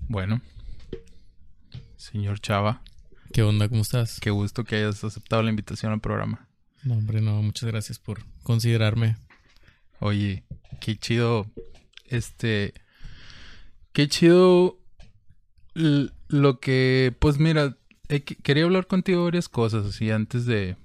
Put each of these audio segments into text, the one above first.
Bueno, señor Chava, ¿Qué onda? ¿Cómo estás? qué gusto que hayas aceptado la invitación al programa. No, hombre, no, muchas gracias por considerarme. Oye, qué chido, este, qué chido lo que, pues mira, quería hablar contigo de varias cosas, así antes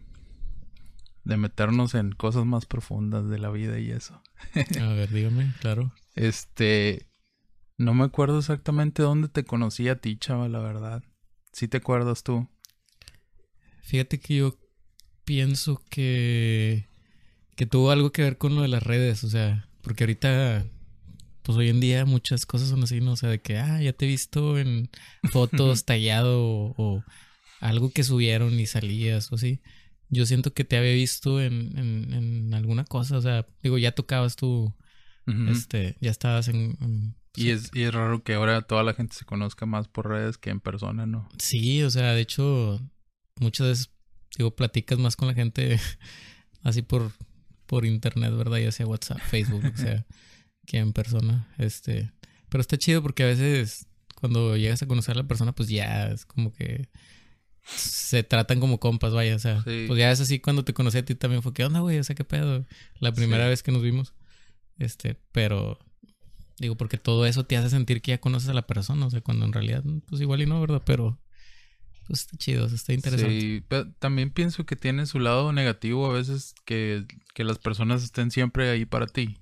de meternos en cosas más profundas de la vida y eso. A ver, dígame, claro. Este, no me acuerdo exactamente dónde te conocí a ti, Chava, la verdad. ¿Sí te acuerdas tú? Fíjate que yo pienso que tuvo algo que ver con lo de las redes, o sea, porque ahorita, pues hoy en día muchas cosas son así, ¿no? O sea, de que, ya te he visto en fotos tallado o algo que subieron y salías o así. Yo siento que te había visto en alguna cosa, o sea, digo, ya tocabas tú, Ujú. ya estabas Y es raro que ahora toda la gente se conozca más por redes que en persona, ¿no? Sí, o sea, de hecho, muchas veces, digo, platicas más con la gente así por internet, ¿verdad? Ya sea WhatsApp, Facebook, o sea, que en persona. Pero está chido porque a veces cuando llegas a conocer a la persona, pues ya es como que se tratan como compas, vaya, o sea, Sí, pues ya es así cuando te conocí a ti también fue que onda, güey, o sea, qué pedo, la primera sí. vez que nos vimos, pero digo, porque todo eso te hace sentir que ya conoces a la persona, o sea, cuando en realidad, pues igual y no, ¿verdad? Pero pues está chido, o sea, está interesante. Sí, pero también pienso que tiene su lado negativo a veces que las personas estén siempre ahí para ti.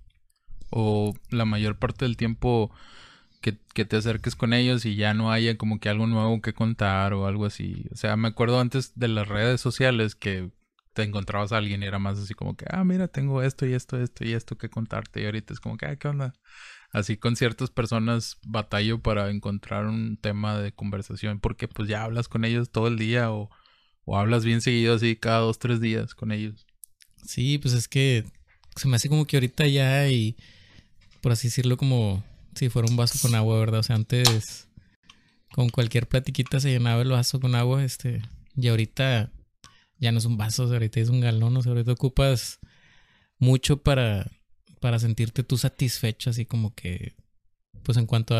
O la mayor parte del tiempo que te acerques con ellos y ya no haya como que algo nuevo que contar o algo así. O sea, me acuerdo antes de las redes sociales que te encontrabas a alguien y era más así como que, mira, tengo esto y esto, esto y esto que contarte. Y ahorita es como que, ¿qué onda? Así con ciertas personas batallo para encontrar un tema de conversación porque pues ya hablas con ellos todo el día o hablas bien seguido así cada 2, 3 días con ellos. Sí, pues es que se me hace como que ahorita ya y por así decirlo como si fuera un vaso con agua, ¿verdad? O sea, antes con cualquier platiquita se llenaba el vaso con agua, y ahorita ya no es un vaso, o sea, ahorita es un galón, o sea, ahorita ocupas mucho para sentirte tú satisfecho, así como que, pues en cuanto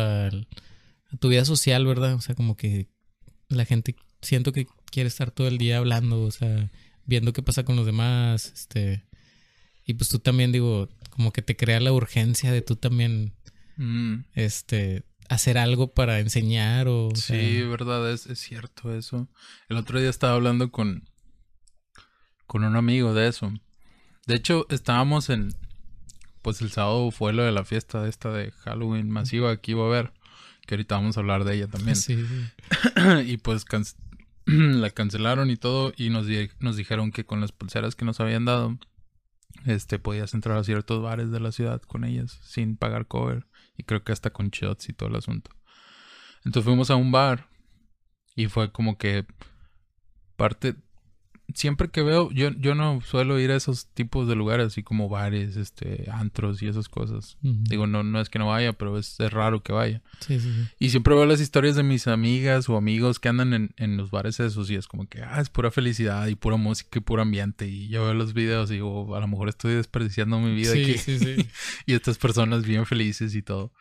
a tu vida social, ¿verdad? O sea, como que la gente siento que quiere estar todo el día hablando, o sea, viendo qué pasa con los demás, y pues tú también, digo, como que te crea la urgencia de tú también, Mm, hacer algo para enseñar o sí, sea... verdad, es cierto eso. El otro día estaba hablando con un amigo de eso. De hecho, estábamos pues el sábado fue lo de la fiesta de esta de Halloween masiva que iba a haber, que ahorita vamos a hablar de ella también. Sí, sí. Y pues la cancelaron y todo y nos dijeron que con las pulseras que nos habían dado, podías entrar a ciertos bares de la ciudad con ellas sin pagar cover y creo que hasta con shots y todo el asunto. Entonces fuimos a un bar y fue como que parte siempre que veo, yo no suelo ir a esos tipos de lugares, así como bares, antros y esas cosas. Uh-huh. Digo, no, no es que no vaya, pero es raro que vaya. Sí, sí, sí. Y siempre veo las historias de mis amigas o amigos que andan en los bares esos y es como que, es pura felicidad y pura música y puro ambiente. Y yo veo los videos y digo, a lo mejor estoy desperdiciando mi vida Sí, aquí. sí, sí. Y estas personas bien felices y todo.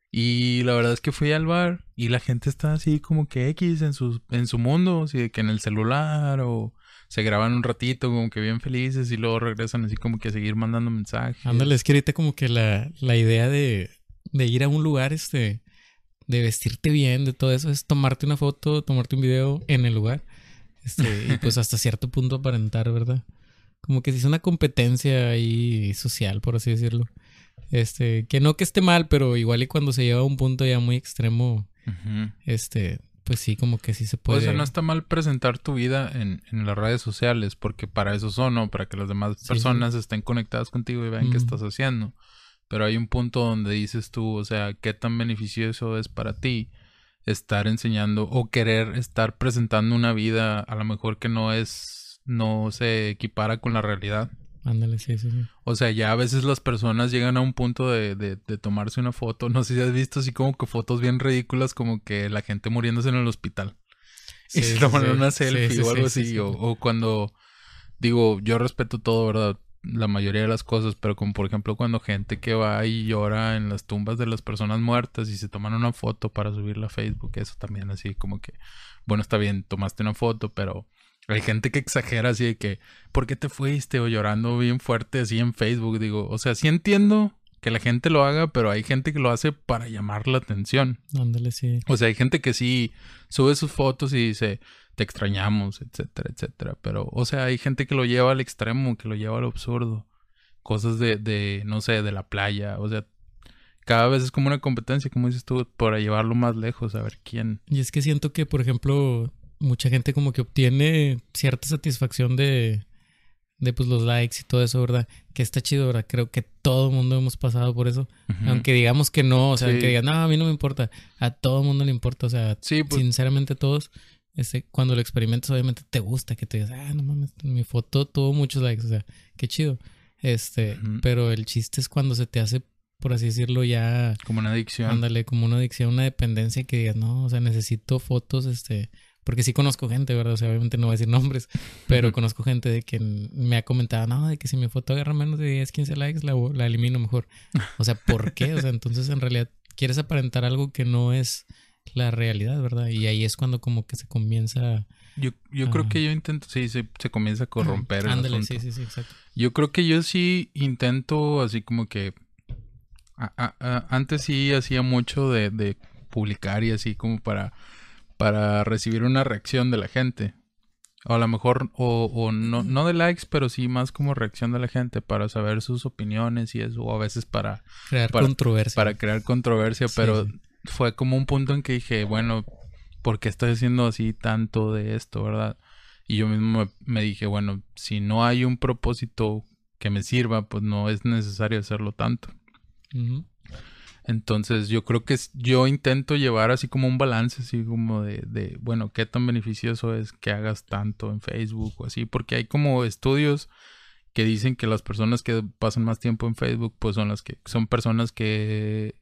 Y la verdad es que fui al bar y la gente está así como que X en su mundo, así de que en el celular o se graban un ratito como que bien felices y luego regresan así como que a seguir mandando Ándale, es mensajes. que ahorita como que la idea de ir a un lugar, de vestirte bien, de todo eso, es tomarte una foto, tomarte un video en el lugar, y pues hasta cierto punto aparentar, ¿verdad? Como que si es una competencia ahí social, por así decirlo. Que no que esté mal, pero igual y cuando se lleva a un punto ya muy extremo, Ujú. pues sí, como que sí se O sea, no puede. está mal presentar tu vida en las redes sociales, porque para eso son, ¿no? Para que las demás Sí, sí. personas estén conectadas contigo y vean qué Mm. estás haciendo. Pero hay un punto donde dices tú, o sea, qué tan beneficioso es para ti estar enseñando o querer estar presentando una vida a lo mejor que no se equipara con la realidad. Ándale, sí, sí, sí. O sea, ya a veces las personas llegan a un punto de tomarse una foto, no sé si has visto así como que fotos bien ridículas como que la gente muriéndose en el hospital y se Sí, sí, toman sí. una Sí, selfie sí, o algo sí, sí, así, sí. o cuando digo, yo respeto todo, ¿verdad? la mayoría de las cosas, pero como por ejemplo cuando gente que va y llora en las tumbas de las personas muertas y se toman una foto para subirla a Facebook, eso también así como que, bueno, está bien, tomaste una foto, pero hay gente que exagera así de que, ¿por qué te fuiste? O llorando bien fuerte así en Facebook, digo, o sea, sí entiendo que la gente lo haga, pero hay gente que lo hace para llamar la atención. Ándale, sí. O sea, hay gente que sí sube sus fotos y dice, te extrañamos, etcétera, etcétera. Pero, o sea, hay gente que lo lleva al extremo, que lo lleva al absurdo. Cosas no sé, de la playa. O sea, cada vez es como una competencia, como dices tú, para llevarlo más lejos, a ver quién. Y es que siento que, por ejemplo, mucha gente como que obtiene cierta satisfacción de pues los likes y todo eso, ¿verdad? Que está chido, ¿verdad? Creo que todo el mundo hemos pasado por eso. Ujú. Aunque digamos que no, o sea, Sí. aunque digan, no, a mí no me importa. A todo el mundo le importa, o sea, Sí, pues, sinceramente a todos. Cuando lo experimentas, obviamente te gusta que te digas, no mames, mi foto tuvo muchos likes, o sea, qué chido. Ujú. Pero el chiste es cuando se te hace, por así decirlo, ya, como una adicción. ándale, como una adicción, una dependencia que digas, no, o sea, necesito fotos, porque sí conozco gente, ¿verdad? O sea, obviamente no voy a decir nombres, pero Ujú. conozco gente de que me ha comentado, no, de que si mi foto agarra menos de 10, 15 likes, la elimino mejor. O sea, ¿por qué? O sea, entonces en realidad quieres aparentar algo que no es la realidad, ¿verdad? Y ahí es cuando como que se comienza... Yo creo que yo intento, sí, se comienza a corromper el Ándale, asunto. sí, exacto. Yo creo que yo sí intento así como que antes sí hacía mucho de publicar y así como para recibir una reacción de la gente. O a lo mejor, o no de likes, pero sí más como reacción de la gente para saber sus opiniones y eso, o a veces para Controversia. crear controversia, Sí, pero sí. fue como un punto en que dije, bueno, ¿por qué estoy haciendo así tanto de esto, verdad? Y yo mismo me dije, bueno, si no hay un propósito que me sirva, pues no es necesario hacerlo tanto. Ujú. Entonces yo creo que yo intento llevar así como un balance, así como bueno, qué tan beneficioso es que hagas tanto en Facebook o así, porque hay como estudios que dicen que las personas que pasan más tiempo en Facebook, pues son personas que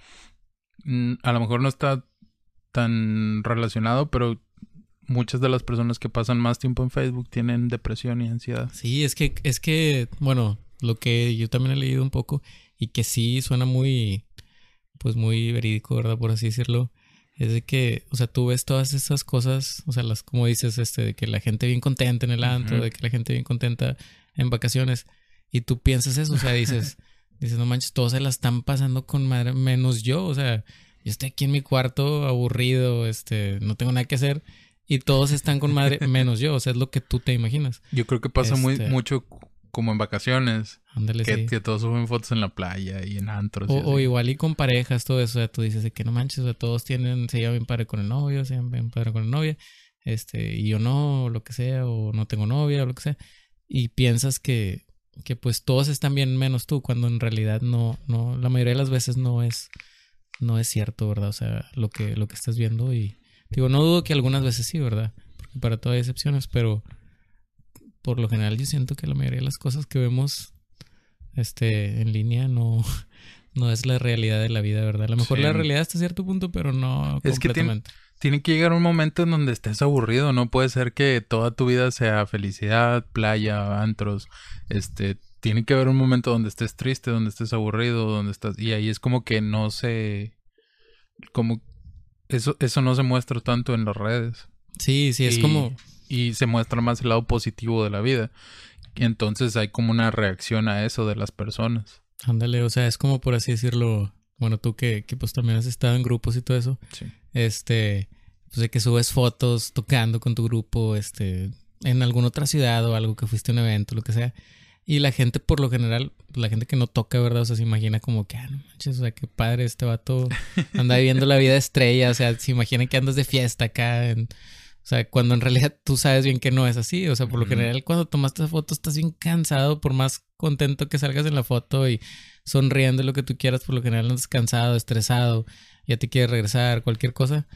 a lo mejor no está tan relacionado, pero muchas de las personas que pasan más tiempo en Facebook tienen depresión y ansiedad. Sí, es que, bueno, lo que yo también he leído un poco y que sí suena muy, pues muy verídico, ¿verdad? Por así decirlo, es de que, o sea, tú ves todas esas cosas, o sea, como dices, de que la gente bien contenta en el antro, Ujú. de que la gente bien contenta en vacaciones, y tú piensas eso, o sea, dices, no manches, todos se la están pasando con madre, menos yo, o sea, yo estoy aquí en mi cuarto aburrido, no tengo nada que hacer, y todos están con madre, menos yo, o sea, es lo que tú te imaginas. Yo creo que pasa mucho como en vacaciones. Ándale, sí. Que todos suben fotos en la playa y en antros. Y O así. igual y con parejas, todo eso, o sea, tú dices de que no manches, o sea, todos se llevan bien padre con el novio, se llevan bien padre con la novia, y yo no, o lo que sea, o no tengo novia, o lo que sea, y piensas que pues todos están bien menos tú, cuando en realidad no, la mayoría de las veces no es cierto, ¿verdad? O sea, lo que estás viendo y, digo, no dudo que algunas veces sí, ¿verdad? Porque para todo hay excepciones, pero por lo general yo siento que la mayoría de las cosas que vemos en línea no es la realidad de la vida, ¿verdad? A lo mejor Sí. la realidad hasta cierto punto, pero no Es que completamente. tiene que llegar un momento en donde estés aburrido. No puede ser que toda tu vida sea felicidad, playa, antros. Tiene que haber un momento donde estés triste, donde estés aburrido, donde estás... Y ahí es como que no se... Como... Eso no se muestra tanto en las redes. Sí, es como... Y se muestra más el lado positivo de la vida. Y entonces hay como una reacción a eso de las personas. Ándale, o sea, es como por así decirlo, bueno, tú que pues también has estado en grupos y todo eso, Sí. pues de que subes fotos tocando con tu grupo, en alguna otra ciudad o algo que fuiste a un evento, lo que sea, y la gente por lo general, la gente que no toca, ¿verdad? O sea, se imagina como que, no manches, o sea, qué padre este vato anda viviendo la vida de estrella, o sea, se imagina que andas de fiesta acá o sea, cuando en realidad tú sabes bien que no es así. O sea, por lo general cuando tomaste esa foto estás bien cansado, por más contento que salgas en la foto y sonriendo lo que tú quieras, por lo general andas cansado, estresado, ya te quieres regresar, cualquier cosa.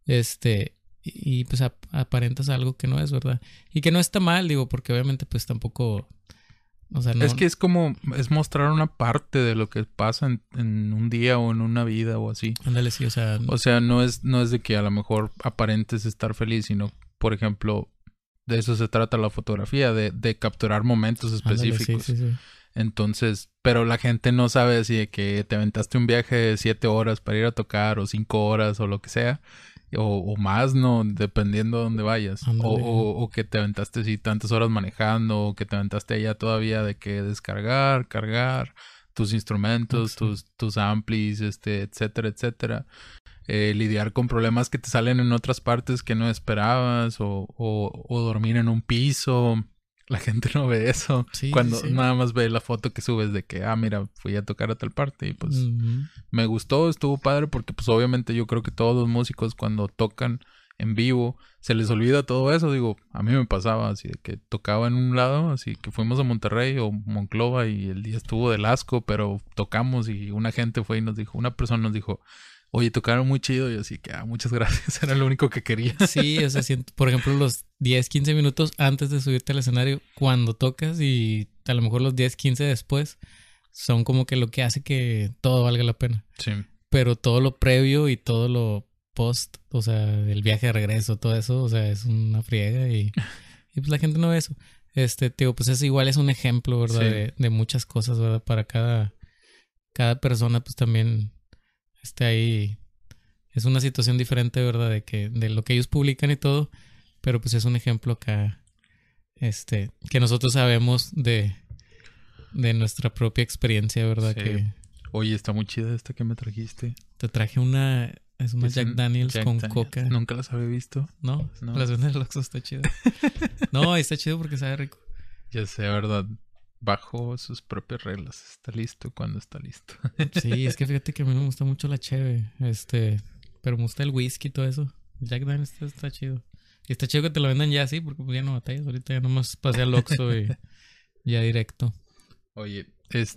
Y pues aparentas algo que no es, ¿verdad? Y que no está mal, digo, porque obviamente pues tampoco... O sea, no... Es que es mostrar una parte de lo que pasa en un día o en una vida o así. Ándale, sí, o sea... O sea, no es de que a lo mejor aparentes estar feliz, sino, por ejemplo, de eso se trata la fotografía, de capturar momentos Ándale, específicos. sí. Entonces, pero la gente no sabe así de que te aventaste un viaje de 7 horas para ir a tocar o 5 horas o lo que sea. O más, ¿no? Dependiendo de dónde vayas. Ándale. O que te aventaste así tantas horas manejando. O que te aventaste allá todavía de que descargar, cargar tus instrumentos, tus amplis, etcétera, etcétera. Lidiar con problemas que te salen en otras partes que no esperabas. O dormir en un piso. La gente no ve eso. Sí, Cuando sí. nada más ve la foto que subes de que, mira, fui a tocar a tal parte y pues Ujú. me gustó, estuvo padre porque pues obviamente yo creo que todos los músicos cuando tocan en vivo se les olvida todo eso. Digo, a mí me pasaba así de que tocaba en un lado, así que fuimos a Monterrey o Monclova y el día estuvo del asco, pero tocamos y una gente fue y nos dijo, una persona nos dijo, oye, tocaron muy chido y así que, muchas gracias, era lo único que quería. Sí, o sea, por ejemplo, los 10, 15 minutos antes de subirte al escenario, cuando tocas y a lo mejor los 10, 15 después, son como que lo que hace que todo valga la pena. Sí. Pero todo lo previo y todo lo post, o sea, el viaje de regreso, todo eso, o sea, es una friega y pues la gente no ve eso. Tío, pues eso igual es un ejemplo, ¿verdad? Sí. De muchas cosas, ¿verdad? Para cada persona, pues también ahí es una situación diferente, ¿verdad? De lo que ellos publican y todo, pero pues es un ejemplo acá, que nosotros sabemos de nuestra propia experiencia, ¿verdad? Sí. Que Oye, está muy chida esta que me trajiste. te traje es una Jack Daniels Jack con Daniels. coca. Nunca las había visto. No, No. las venden en el Oxxo, está chido. No, está chido porque sabe rico. Ya sé, ¿verdad? Bajo sus propias reglas. Está listo cuando está listo. Sí, es que fíjate que a mí no me gusta mucho la cheve, pero me gusta el whisky y todo eso. Jack Daniels está chido. Y está chido que te lo vendan ya así, porque pues ya no batallas. Ahorita ya nomás pasé al Oxxo y ya directo. Oye,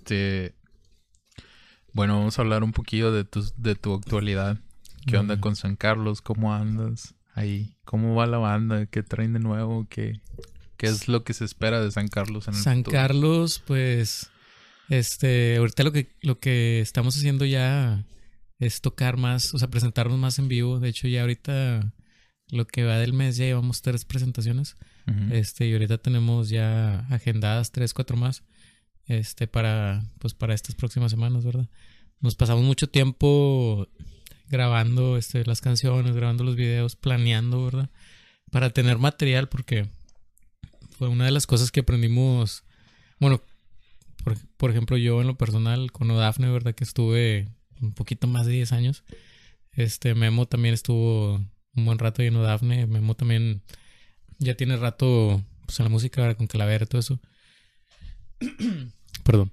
bueno, vamos a hablar un poquillo de tu actualidad. ¿Qué onda con San Carlos? ¿Cómo andas ahí? ¿Cómo va la banda? ¿Qué traen de nuevo? ¿Qué es lo que se espera de San Carlos en el San futuro? Carlos, pues, ahorita lo que estamos haciendo ya es tocar más, o sea, presentarnos más en vivo. De hecho, ya ahorita lo que va del mes ya llevamos 3 presentaciones. Uh-huh. Y ahorita tenemos ya agendadas 3, 4 más. Para estas próximas semanas, ¿verdad? Nos pasamos mucho tiempo grabando las canciones, grabando los videos, planeando, ¿verdad? Para tener material, porque fue una de las cosas que aprendimos. Bueno, por ejemplo, yo en lo personal con Odafne, ¿verdad? Que estuve un poquito más de 10 años. Memo también estuvo un buen rato ahí en Odafne. Memo también ya tiene rato pues en la música, ¿verdad? Con Calavera y todo eso. Perdón.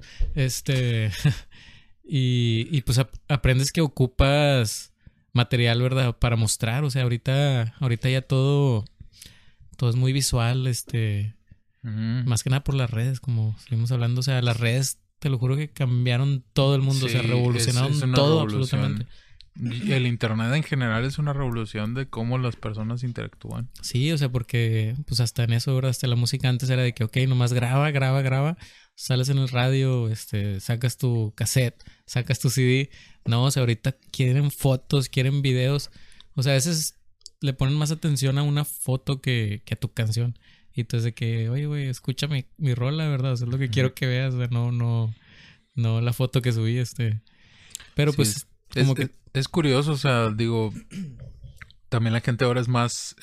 Y pues aprendes que ocupas material, ¿verdad? Para mostrar. O sea, ahorita ya todo es muy visual, más que nada por las redes, como seguimos hablando. O sea, las redes, te lo juro que cambiaron todo el mundo. Sí, o sea, revolucionaron es una todo revolución. absolutamente. El internet en general es una revolución de cómo las personas interactúan. Sí, o sea, porque pues hasta en eso, ¿verdad? Hasta la música antes era de que, ok, nomás graba, sales en el radio, sacas tu cassette, sacas tu CD. No, o sea, ahorita quieren fotos, quieren videos. O sea, a veces le ponen más atención a una foto que a tu canción. Y entonces de que, oye, güey, escúchame mi rola, ¿verdad? O sea, es lo que quiero que veas, o sea, no la foto que subí, Pero Sí, pues, como que... Es curioso, o sea, digo, también la gente ahora es más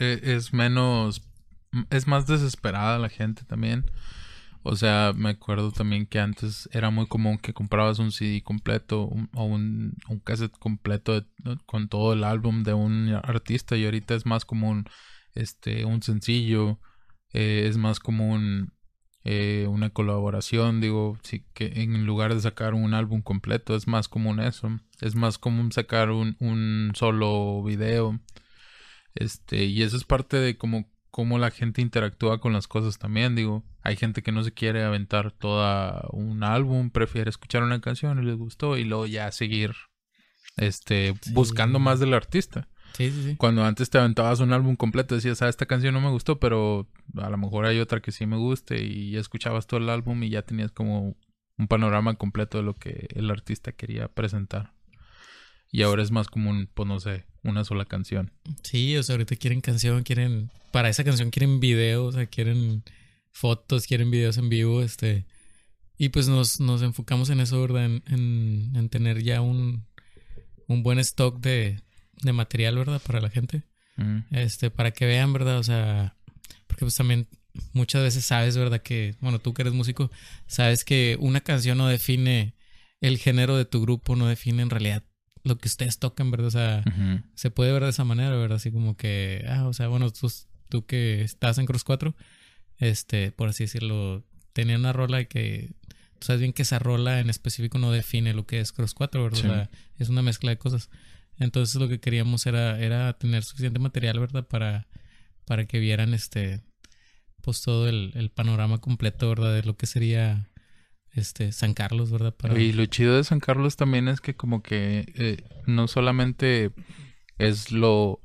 desesperada la gente también. O sea, me acuerdo también que antes era muy común que comprabas un CD completo o un cassette completo con todo el álbum de un artista y ahorita es más común un sencillo, es más común una colaboración, digo, sí, que en lugar de sacar un álbum completo es más común eso, es más común sacar un solo video, y eso es parte de cómo la gente interactúa con las cosas también, digo, hay gente que no se quiere aventar toda un álbum, prefiere escuchar una canción y les gustó y luego ya seguir buscando más del artista. Sí. Cuando antes te aventabas un álbum completo decías, esta canción no me gustó, pero a lo mejor hay otra que sí me guste y ya escuchabas todo el álbum y ya tenías como un panorama completo de lo que el artista quería presentar. Y ahora es más común, pues no sé, una sola canción. Sí, o sea, ahorita quieren canción, para esa canción quieren videos, o sea, quieren fotos, quieren videos en vivo, y pues nos enfocamos en eso, ¿verdad? En tener ya un buen stock de material, ¿verdad? Para la gente, para que vean, ¿verdad? O sea, porque pues también muchas veces sabes, ¿verdad? Que, bueno, tú que eres músico, sabes que una canción no define el género de tu grupo, no define en realidad lo que ustedes tocan, ¿verdad? O sea, se puede ver de esa manera, ¿verdad? Así como que, o sea, bueno, tú que estás en Cross 4, por así decirlo, tenía una rola que tú sabes bien que esa rola en específico no define lo que es Cross 4, ¿verdad? Sí. O sea, es una mezcla de cosas. Entonces lo que queríamos era tener suficiente material, ¿verdad? Para que vieran pues todo el panorama completo, ¿verdad? De lo que sería San Carlos, ¿verdad? Y lo chido de San Carlos también es que como que no solamente es lo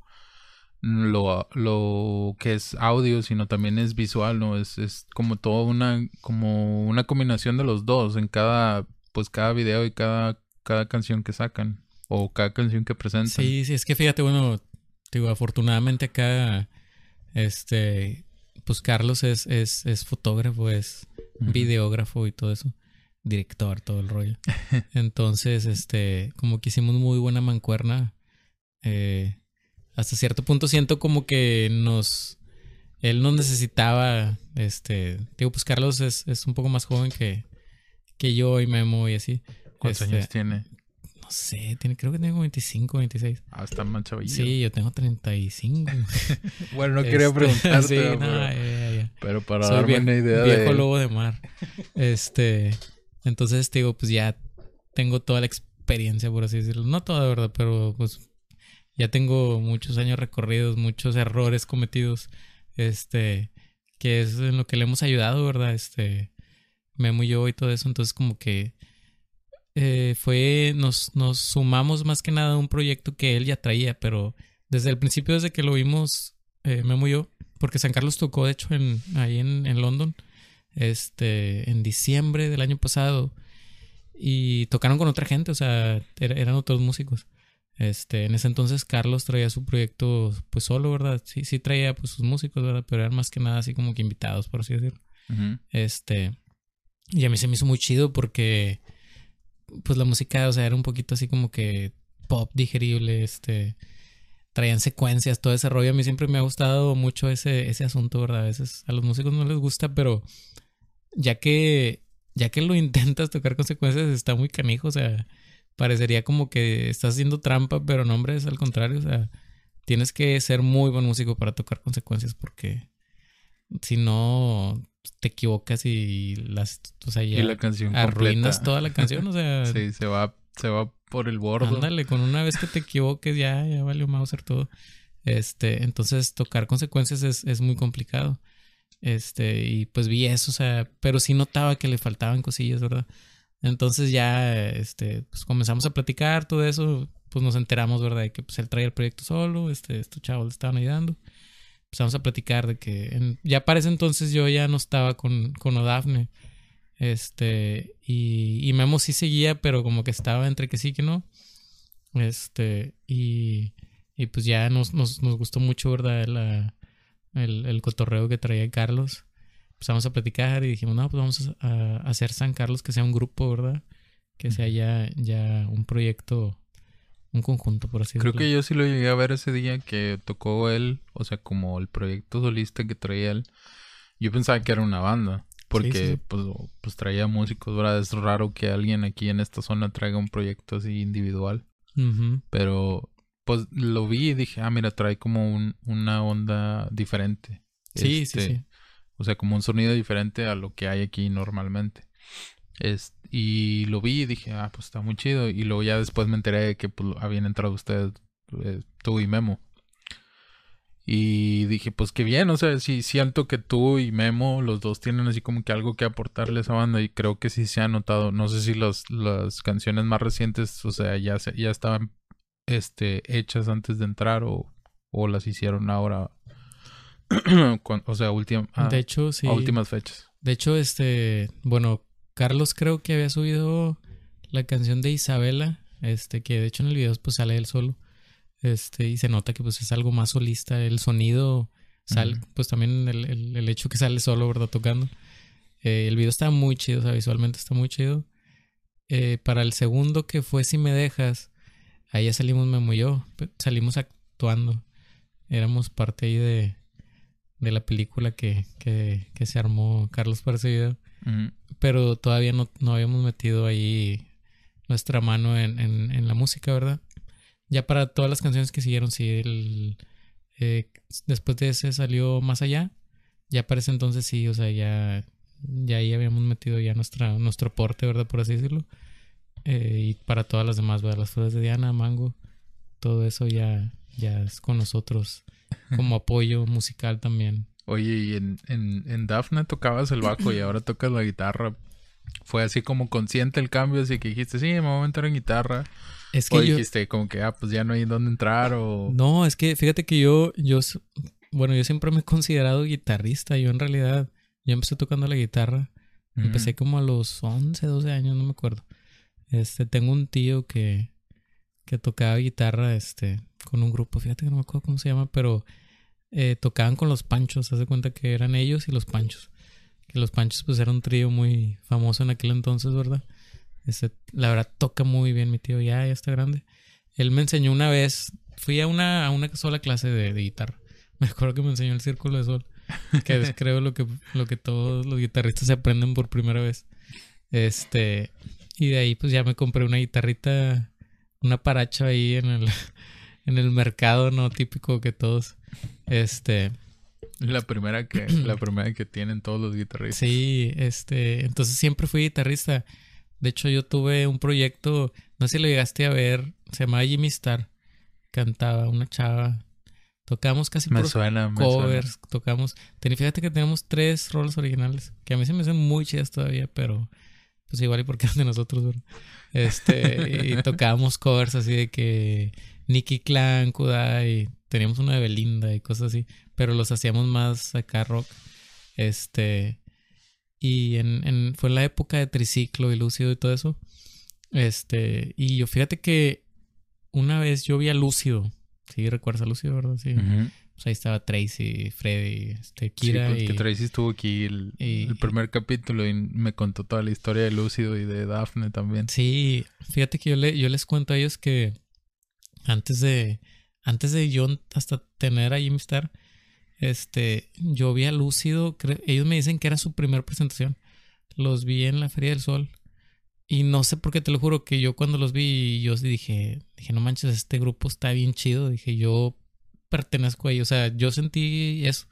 que es audio, sino también es visual, ¿no? Es como toda como una combinación de los dos en cada video y cada canción que sacan o cada canción que presentan. Sí, es que fíjate, bueno, digo, afortunadamente acá, pues Carlos es fotógrafo, es videógrafo y todo eso, director, todo el rollo. Entonces, como que hicimos muy buena mancuerna. Hasta cierto punto siento como que él nos necesitaba, digo, pues Carlos es un poco más joven que yo y Memo y así. ¿Cuántos años tiene? No sé, creo que tengo 25, 26. Está más chavillo. Sí, yo tengo 35. Bueno, no quería preguntarte. Sí, ya. Pero para darme una idea viejo lobo de mar. Entonces, digo, pues ya tengo toda la experiencia, por así decirlo. No toda, ¿verdad? Pero pues ya tengo muchos años recorridos, muchos errores cometidos, que es en lo que le hemos ayudado, ¿verdad? Memo y yo y todo eso. Entonces como que nos sumamos más que nada a un proyecto que él ya traía, pero desde el principio, desde que lo vimos, Memo y yo, porque San Carlos tocó de hecho ahí en London, en diciembre del año pasado, y tocaron con otra gente, o sea, eran otros músicos. En ese entonces Carlos traía su proyecto pues solo, ¿verdad? Sí traía pues sus músicos, ¿verdad? Pero eran más que nada así como que invitados, por así decirlo. Y a mí se me hizo muy chido porque pues la música, o sea, era un poquito así como que pop digerible, traían secuencias, todo ese rollo. A mí siempre me ha gustado mucho ese asunto, ¿verdad? A veces a los músicos no les gusta, pero ya que lo intentas tocar con secuencias está muy canijo, o sea, parecería como que estás haciendo trampa, pero no, hombre, es al contrario, o sea, tienes que ser muy buen músico para tocar con secuencias porque si no te equivocas y y la canción arruinas completa. Toda la canción, o sea, sí, se va por el borde. Ándale, con una vez que te equivoques ya valió Mauser todo. Entonces tocar con secuencias es muy complicado. Y pues vi eso, o sea, pero sí notaba que le faltaban cosillas, ¿verdad? Entonces ya, pues comenzamos a platicar todo eso, pues nos enteramos, ¿verdad? De que pues él traía el proyecto solo, estos chavos le estaban ayudando. Empezamos a platicar de que ya para ese entonces yo ya no estaba con Odafne. Y Memo sí seguía, pero como que estaba entre que sí que no. Y pues ya nos gustó mucho, ¿verdad? El cotorreo que traía Carlos. Empezamos a platicar y dijimos, no, pues vamos a hacer San Carlos, que sea un grupo, ¿verdad? Que sea ya un proyecto, un conjunto, por así decirlo. Creo que yo sí lo llegué a ver ese día que tocó él, o sea, como el proyecto solista que traía él. Yo pensaba que era una banda, porque sí. Pues traía músicos, ¿verdad? Es raro que alguien aquí en esta zona traiga un proyecto así individual. Uh-huh. Pero pues lo vi y dije, mira, trae como una onda diferente. Sí. O sea, como un sonido diferente a lo que hay aquí normalmente. Y lo vi y dije, pues está muy chido. Y luego ya después me enteré de que pues, habían entrado ustedes, tú y Memo. Y dije, pues qué bien, o sea, sí siento que tú y Memo, los dos tienen así como que algo que aportarle a esa banda. Y creo que sí se ha notado. No sé si las canciones más recientes, o sea, ya estaban hechas antes de entrar o las hicieron ahora. O sea, de hecho, sí. A últimas fechas. De hecho, bueno, Carlos creo que había subido la canción de Isabela Que de hecho en el video pues sale él solo. Y se nota que pues es algo más solista. El sonido sale, pues también el hecho que sale solo, ¿verdad? Tocando. El video está muy chido, o sea, visualmente está muy chido. Para el segundo, que fue Si Me Dejas, ahí ya salimos Memo y yo. Salimos actuando. Éramos parte ahí de la película que se armó Carlos para ese video. Pero todavía no habíamos metido ahí nuestra mano en la música, ¿verdad? Ya para todas las canciones que siguieron, sí, después de ese salió Más Allá. Ya para ese entonces sí, o sea, ya ahí habíamos metido ya nuestro aporte, ¿verdad? Por así decirlo. Y para todas las demás, ¿verdad? Las Flores de Diana, Mango, todo eso ya es con nosotros como apoyo musical también. Oye, y en Dafne tocabas el bajo y ahora tocas la guitarra. ¿Fue así como consciente el cambio? Así que dijiste, sí, me voy a entrar en guitarra. Es que o dijiste como que, pues ya no hay dónde entrar o... No, es que fíjate que yo siempre me he considerado guitarrista. Yo en realidad, yo empecé tocando la guitarra. Empecé como a los 11, 12 años, no me acuerdo. Tengo un tío que tocaba guitarra, con un grupo, fíjate que no me acuerdo cómo se llama, pero tocaban con los Panchos. Haz de cuenta que eran ellos y los Panchos. Que los Panchos pues era un trío muy famoso en aquel entonces, ¿verdad? La verdad toca muy bien mi tío, ya está grande. Él me enseñó una vez, fui a una sola clase de guitarra. Me acuerdo que me enseñó el Círculo de Sol, que es creo lo que todos los guitarristas se aprenden por primera vez. Y de ahí pues ya me compré una guitarrita, una Paracho ahí en el mercado, ¿no? Típico que todos, La primera que tienen todos los guitarristas. Sí, entonces siempre fui guitarrista. De hecho, yo tuve un proyecto, no sé si lo llegaste a ver, se llamaba Jimmy Star. Cantaba una chava. Tocamos casi me suena. Tocamos. Fíjate que tenemos 3 rolas originales, que a mí se me hacen muy chidas todavía, pero pues igual y porque eran de nosotros, ¿verdad? Y tocábamos covers así de que Nicky Clan, Kudai, teníamos una de Belinda y cosas así, pero los hacíamos más acá rock. Y fue en la época de Triciclo y Lúcido y todo eso. Y yo fíjate que una vez yo vi a Lúcido. Sí, recuerdas a Lúcido, ¿verdad? Sí. Uh-huh. Pues ahí estaba Tracy, Freddy, Kira. Sí, porque Tracy estuvo aquí el primer capítulo y me contó toda la historia de Lúcido y de Dafne también. Sí, fíjate que yo les cuento a ellos que antes de yo hasta tener a Jimmy Star, yo vi a Lúcido, ellos me dicen que era su primer presentación. Los vi en la Feria del Sol. Y no sé por qué, te lo juro, que yo cuando los vi, yo dije, no manches, este grupo está bien chido. Dije, yo pertenezco a ellos. O sea, yo sentí eso.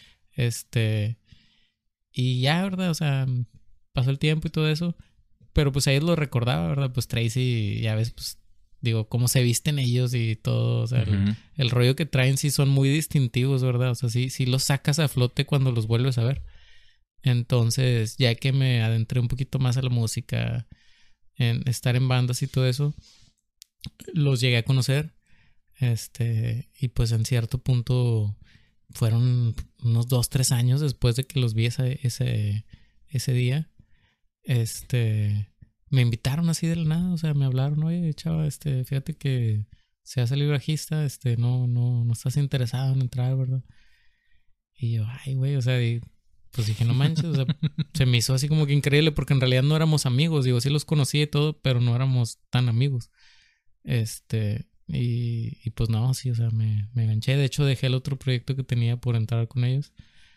Y ya, ¿verdad? O sea, pasó el tiempo y todo eso. Pero pues a ellos lo recordaba, ¿verdad? Pues Tracy, ya ves, pues digo, cómo se visten ellos y todo. O sea, el rollo que traen sí son muy distintivos, ¿verdad? O sea, sí los sacas a flote cuando los vuelves a ver. Entonces, ya que me adentré un poquito más a la música, en estar en bandas y todo eso, los llegué a conocer. Y pues en cierto punto fueron unos 2-3 años después de que los vi ese día. Me invitaron así de la nada, o sea, me hablaron, oye, chava, fíjate que se hace el bajista, no estás interesado en entrar, ¿verdad? Y yo, ay, güey, o sea, pues dije, no manches, o sea, se me hizo así como que increíble, porque en realidad no éramos amigos, digo, sí los conocí y todo, pero no éramos tan amigos. Y pues no, sí, o sea, me enganché. De hecho, dejé el otro proyecto que tenía por entrar con ellos.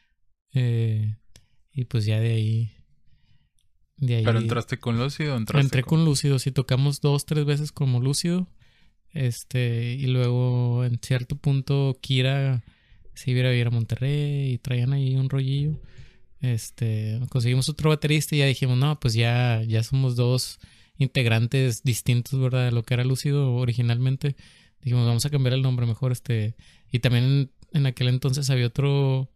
Y pues ya de ahí. ¿Pero entraste con Lúcido o entré con Lúcido, sí, tocamos 2-3 veces como Lúcido. Y luego en cierto punto Kira se iba a ir a Monterrey y traían ahí un rollillo. Conseguimos otro baterista y ya dijimos, no, pues ya somos 2 integrantes distintos, ¿verdad? De lo que era Lúcido originalmente. Dijimos, vamos a cambiar el nombre mejor. Y también en aquel entonces había otro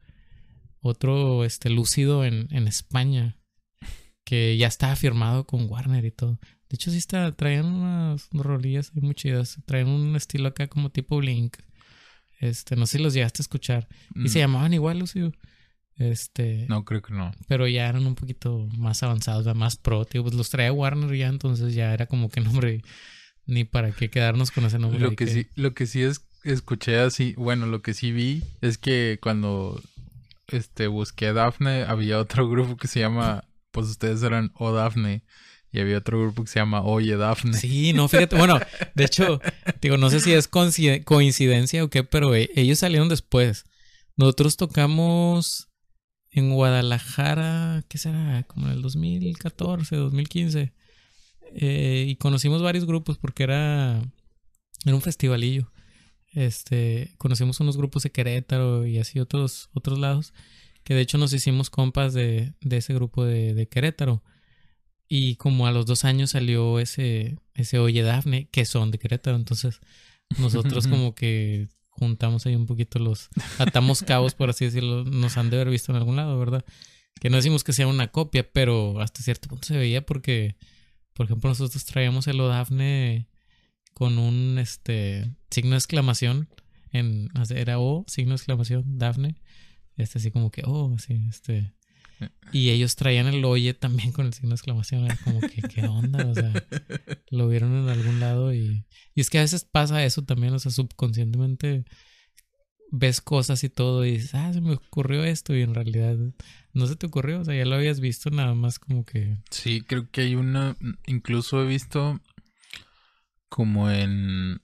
Lúcido en España, que ya estaba firmado con Warner y todo. De hecho, sí traían unas rolillas muy chidas. Traían un estilo acá como tipo Blink. No sé si los llegaste a escuchar. Y se llamaban igual, Lúcido. No, creo que no. Pero ya eran un poquito más avanzados, más pro, tío. Pues los traía Warner ya, entonces ya era como que nombre ni para qué quedarnos con ese nombre. Lo que sí escuché así, bueno, lo que sí vi es que cuando busqué Dafne, había otro grupo que se llama, pues ustedes eran O Dafne, y había otro grupo que se llama Oye Dafne. Sí, no, fíjate, bueno, de hecho, digo, no sé si es coincidencia o qué, pero ellos salieron después. Nosotros tocamos en Guadalajara, ¿qué será? Como en el 2014, 2015. Y conocimos varios grupos porque era un festivalillo. Conocimos unos grupos de Querétaro y así otros lados. Que de hecho nos hicimos compas de ese grupo de Querétaro. Y como a los 2 años salió ese Oye Dafne, que son de Querétaro. Entonces nosotros como que juntamos ahí un poquito atamos cabos, por así decirlo. Nos han de haber visto en algún lado, ¿verdad? Que no decimos que sea una copia, pero hasta cierto punto se veía porque, por ejemplo, nosotros traíamos el O Dafne con un signo de exclamación. Era O, signo de exclamación, Dafne. Así como que, así, Y ellos traían el Oye también con el signo de exclamación. Era como que, ¿qué onda? O sea, lo vieron en algún lado y es que a veces pasa eso también, o sea, subconscientemente ves cosas y todo y dices, se me ocurrió esto y en realidad no se te ocurrió, o sea, ya lo habías visto nada más como que... Sí, creo que hay incluso he visto como en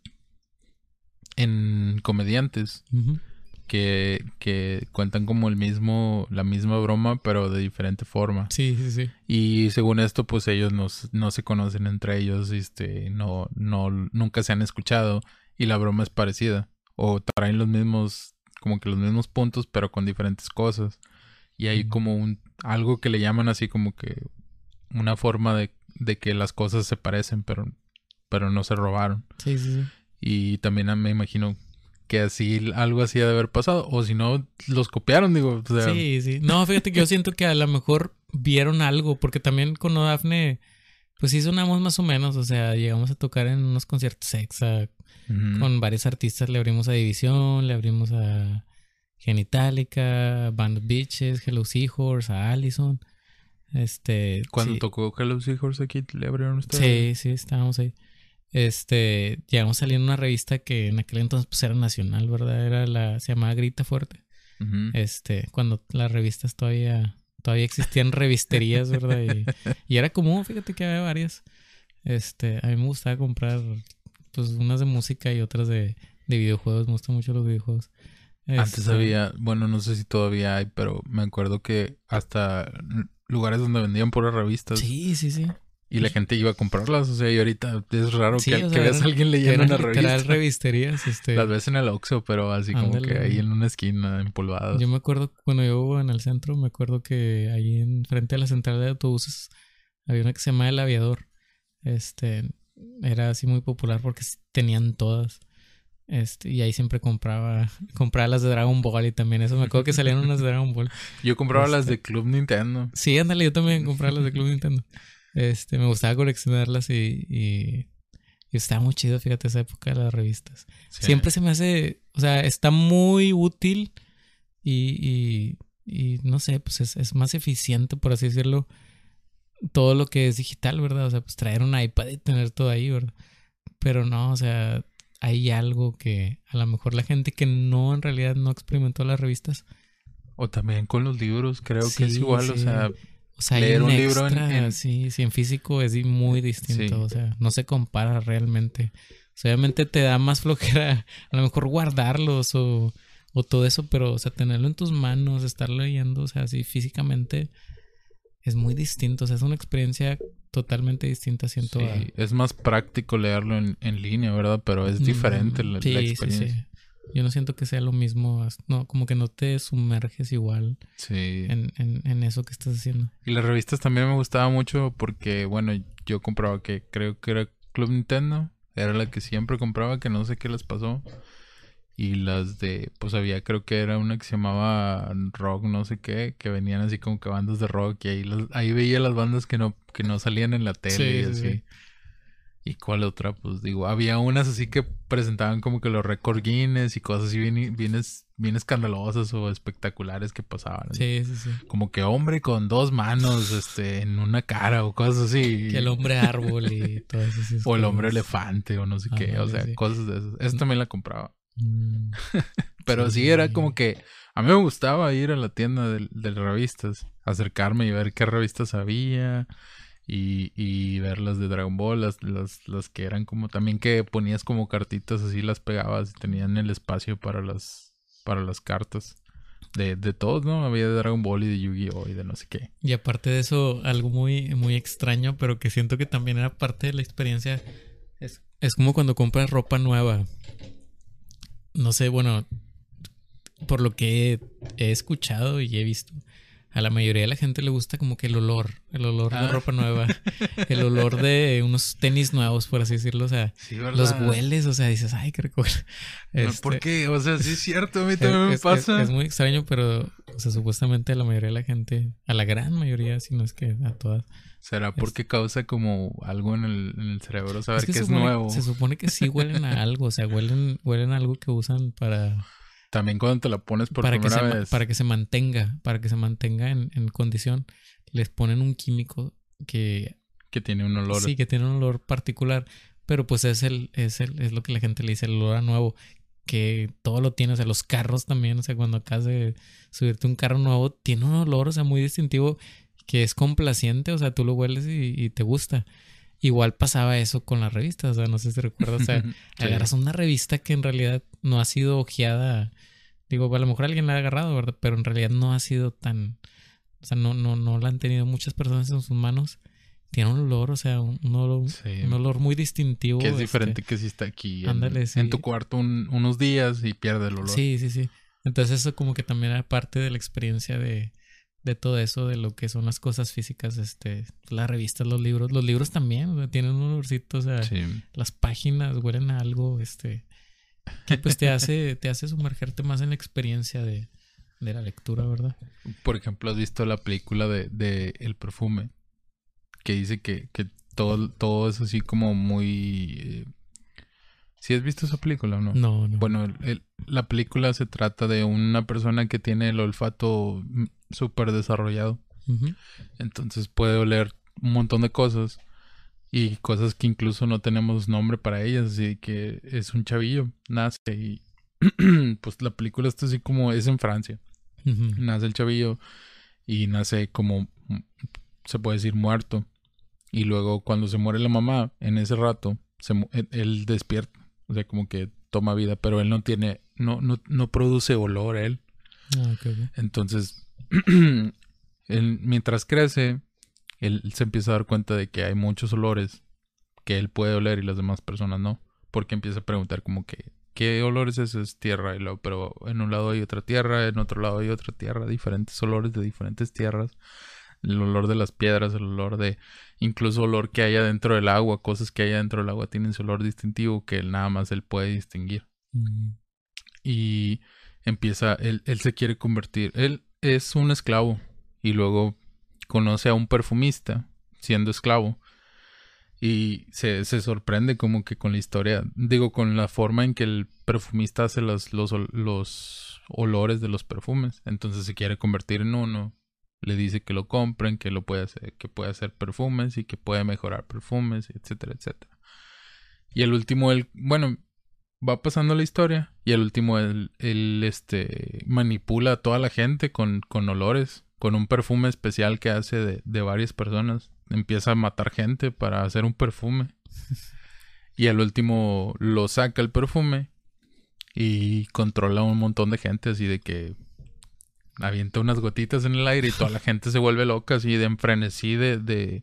comediantes. Uh-huh. Que cuentan como la misma broma, pero de diferente forma. Sí, sí, sí. Y según esto, pues ellos no se conocen entre ellos, nunca se han escuchado y la broma es parecida. O traen los mismos puntos, pero con diferentes cosas. Y hay como algo que le llaman así como que una forma de que las cosas se parecen, pero no se robaron. Sí, sí, sí. Y también me imagino que algo así ha de haber pasado. O si no, los copiaron, digo. O sea... Sí, sí. No, fíjate que yo siento que a lo mejor vieron algo. Porque también con O Dafne, pues sí sonamos más o menos. O sea, llegamos a tocar en unos conciertos exa. Uh-huh. Con varios artistas. Le abrimos a División, le abrimos a Genitalica, Band of Bitches, Hello Seahorse, a Allison. Cuando tocó Hello Seahorse aquí, ¿le abrieron ustedes? Sí, sí, estábamos ahí. Llegamos a salir en una revista que en aquel entonces pues era nacional, ¿verdad? Se llamaba Grita Fuerte. Uh-huh. Cuando las revistas todavía existían revisterías, ¿verdad? Y era común, fíjate que había varias. A mí me gustaba comprar pues unas de música y otras de videojuegos. Me gustan mucho los videojuegos. Antes había, bueno, no sé si todavía hay, pero me acuerdo que hasta lugares donde vendían puras revistas. Sí, sí, sí. Y la gente iba a comprarlas, o sea, y ahorita es raro que veas a alguien leyendo una revista. Revisterías, Las ves en el Oxxo, pero así como que ahí en una esquina, empolvadas. Yo me acuerdo, cuando yo vivo en el centro, me acuerdo que ahí enfrente de la central de autobuses había una que se llamaba El Aviador. Era así muy popular porque tenían todas. Y ahí siempre compraba las de Dragon Ball y también eso. Me acuerdo que salían unas de Dragon Ball. Yo compraba las de Club Nintendo. Sí, ándale, yo también compraba las de Club Nintendo. Me gustaba coleccionarlas y estaba muy chido, fíjate, esa época de las revistas. Sí. Siempre se me hace, o sea, está muy útil y no sé, pues es más eficiente, por así decirlo, todo lo que es digital, ¿verdad? O sea, pues traer un iPad y tener todo ahí, ¿verdad? Pero no, o sea, hay algo que a lo mejor la gente que no, en realidad no experimentó las revistas. O también con los libros, creo que es igual, sí. O sea, leer un libro extra, sí, en físico es muy distinto, sí. O sea, no se compara realmente. O sea, obviamente te da más flojera a lo mejor guardarlos o todo eso, pero, o sea, tenerlo en tus manos, estar leyendo, o sea, así físicamente es muy distinto. O sea, es una experiencia totalmente distinta, siento. Sí, es más práctico leerlo en línea, ¿verdad? Pero es diferente la experiencia. Sí. Yo no siento que sea lo mismo, no, como que no te sumerges igual en eso que estás haciendo. Y las revistas también me gustaban mucho porque, bueno, yo compraba que creo que era Club Nintendo, era la que siempre compraba, que no sé qué les pasó. Y las de, pues había, creo que era una que se llamaba Rock, no sé qué, que venían así como que bandas de rock y ahí veía las bandas que no salían en la tele y así. Sí. ¿Y cuál otra? Pues digo, había unas así que presentaban como que los récord Guinness y cosas así bien escandalosas o espectaculares que pasaban. Sí, sí, sí. Como que hombre con 2 manos, en una cara o cosas así. Que el hombre árbol y todas esas O el cosas. hombre elefante o no sé qué. O Ándale, sea, sí. cosas de esas. Esa también la compraba. Mm, Pero sí sí. era como que a mí me gustaba ir a la tienda de revistas, acercarme y ver qué revistas había y ver las de Dragon Ball, las que eran como también que ponías como cartitas así, las pegabas y tenían el espacio para las cartas. De todos, ¿no? Había de Dragon Ball y de Yu-Gi-Oh! Y de no sé qué. Y aparte de eso, algo muy, muy extraño, pero que siento que también era parte de la experiencia, es como cuando compras ropa nueva. No sé, bueno, por lo que he escuchado y he visto, a la mayoría de la gente le gusta como que el olor de ropa nueva, el olor de unos tenis nuevos, por así decirlo, o sea, Sí, ¿verdad? los hueles, o sea, dices, ay, qué rico. ¿Por qué? O sea, sí es cierto, a mí también me pasa. Es muy extraño, pero, o sea, supuestamente a la mayoría de la gente, a la gran mayoría, si no es que a todas. ¿Será porque causa como algo en el cerebro saber que es supone, nuevo? se supone que sí huelen a algo, o sea, huelen a algo que usan También cuando te la pones por primera vez. para que se mantenga en condición, les ponen un químico que tiene un olor. sí, que tiene un olor particular, pero pues es lo que la gente le dice, el olor a nuevo, que todo lo tiene, o sea, los carros también, o sea, cuando acabas de subirte un carro nuevo, tiene un olor, o sea, muy distintivo, que es complaciente, o sea, tú lo hueles y te gusta. Igual pasaba eso con las revistas, o sea, no sé si recuerdas, o sea, Sí. agarras una revista que en realidad no ha sido ojeada, digo, a lo mejor alguien la ha agarrado, ¿verdad? Pero en realidad no ha sido tan, o sea, no la han tenido muchas personas en sus manos. Tiene un olor, o sea, Sí. un olor muy distintivo. Que es diferente que si está aquí ándale, sí. en tu cuarto unos días y pierde el olor. Sí, sí, sí. Entonces eso como que también era parte de la experiencia de todo eso, de lo que son las cosas físicas, las revistas, los libros también, o sea, tienen un olorcito, o sea, Sí. las páginas huelen a algo, que pues te hace sumergirte más en la experiencia de la lectura, ¿verdad? Por ejemplo, ¿has visto la película de El Perfume? Que dice que todo es así como muy... ¿Sí has visto esa película o no? No. Bueno, la película se trata de una persona que tiene el olfato súper desarrollado. Uh-huh. Entonces puede oler un montón de cosas y cosas que incluso no tenemos nombre para ellas. Así que es un chavillo, nace y pues la película está así como es en Francia. Uh-huh. Nace el chavillo y nace como, se puede decir, muerto. Y luego cuando se muere la mamá, en ese rato, él despierta. O sea, como que toma vida, pero él no produce olor él. Okay. Entonces, mientras crece, él se empieza a dar cuenta de que hay muchos olores que él puede oler y las demás personas no. Porque empieza a preguntar como que, ¿qué olores es tierra? Y luego, pero en un lado hay otra tierra, en otro lado hay otra tierra, diferentes olores de diferentes tierras. El olor de las piedras, el olor de... Incluso olor que haya dentro del agua, cosas que haya dentro del agua tienen su olor distintivo que nada más él puede distinguir. Uh-huh. Y empieza... Él se quiere convertir... Él es un esclavo y luego conoce a un perfumista siendo esclavo y se sorprende como que con la historia, digo, con la forma en que el perfumista hace los olores de los perfumes. Entonces se quiere convertir en uno. Le dice que lo compren, que lo puede hacer, que puede hacer perfumes y que puede mejorar perfumes, etcétera, etcétera. Y el último, bueno, va pasando la historia y el último, él manipula a toda la gente con olores, con un perfume especial que hace de varias personas. Empieza a matar gente para hacer un perfume. Y al último lo saca el perfume y controla a un montón de gente así de que avienta unas gotitas en el aire y toda la gente se vuelve loca así de frenesí de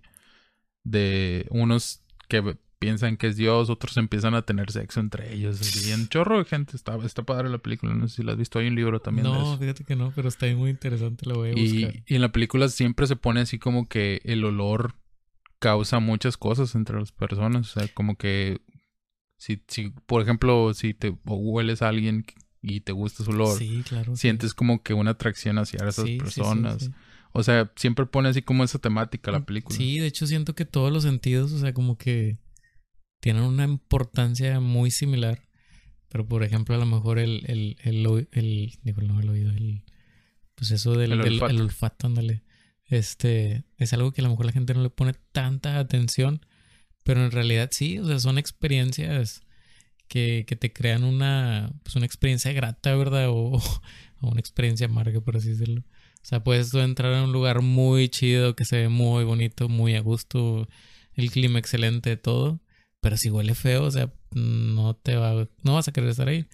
unos que piensan que es Dios, otros empiezan a tener sexo entre ellos. Así, un chorro de gente. Está padre la película, no sé si la has visto. Hay un libro también de eso. No, fíjate que no, pero está muy interesante, lo voy a buscar. Y en la película siempre se pone así como que el olor causa muchas cosas entre las personas. O sea, como que si por ejemplo, si te hueles a alguien y te gusta su olor, sí, claro, sientes como que una atracción hacia esas personas. Sí. O sea, siempre pone así como esa temática la película. Sí, de hecho siento que todos los sentidos, o sea, como que tienen una importancia muy similar. Pero por ejemplo, a lo mejor digo, no, el oído, pues eso el olfato, ándale. Es algo que a lo mejor la gente no le pone tanta atención, pero en realidad sí, o sea, son experiencias que te crean pues una experiencia grata, ¿verdad? O una experiencia amarga, por así decirlo. O sea, puedes tú entrar a un lugar muy chido, que se ve muy bonito, muy a gusto, el clima excelente, todo, pero si huele feo, o sea, no vas a querer estar ahí.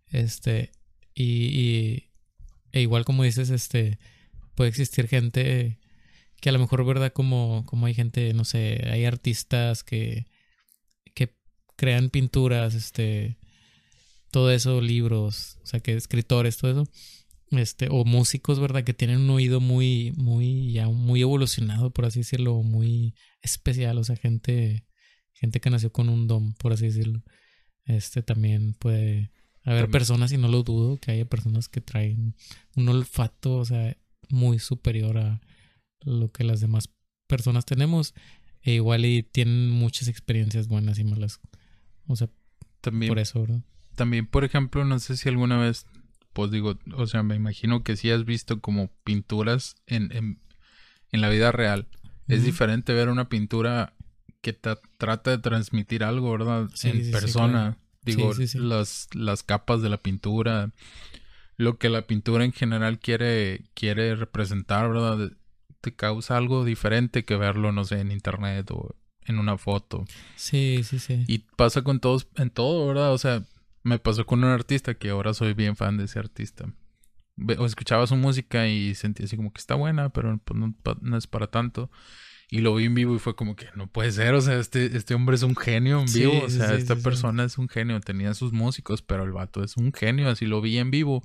Y igual como dices, puede existir gente que a lo mejor, ¿verdad? Como hay gente, no sé, hay artistas que crean pinturas, todo eso, libros, o sea, que escritores, todo eso, o músicos, ¿verdad? Que tienen un oído ya muy evolucionado, por así decirlo, muy especial, o sea, gente que nació con un don, por así decirlo. También puede haber personas, y no lo dudo, que haya personas que traen un olfato, o sea, muy superior a lo que las demás personas tenemos, e igual y tienen muchas experiencias buenas y malas, o sea, también, por eso, ¿verdad? También, por ejemplo, no sé si alguna vez, pues digo, o sea, me imagino que sí has visto como pinturas en la vida real. Es diferente ver una pintura que trata de transmitir algo, ¿verdad? Sí, en persona. Claro. Digo, sí. las capas de la pintura, lo que la pintura en general quiere representar, ¿verdad? Te causa algo diferente que verlo, no sé, en internet o en una foto. Sí. Y pasa con todos, en todo, ¿verdad? O sea, me pasó con un artista que ahora soy bien fan de ese artista. O escuchaba su música y sentía así como que está buena, pero pues no es para tanto. Y lo vi en vivo y fue como que no puede ser, o sea, este hombre es un genio en vivo, o sea, esta persona es un genio, tenía sus músicos, pero el vato es un genio, así lo vi en vivo.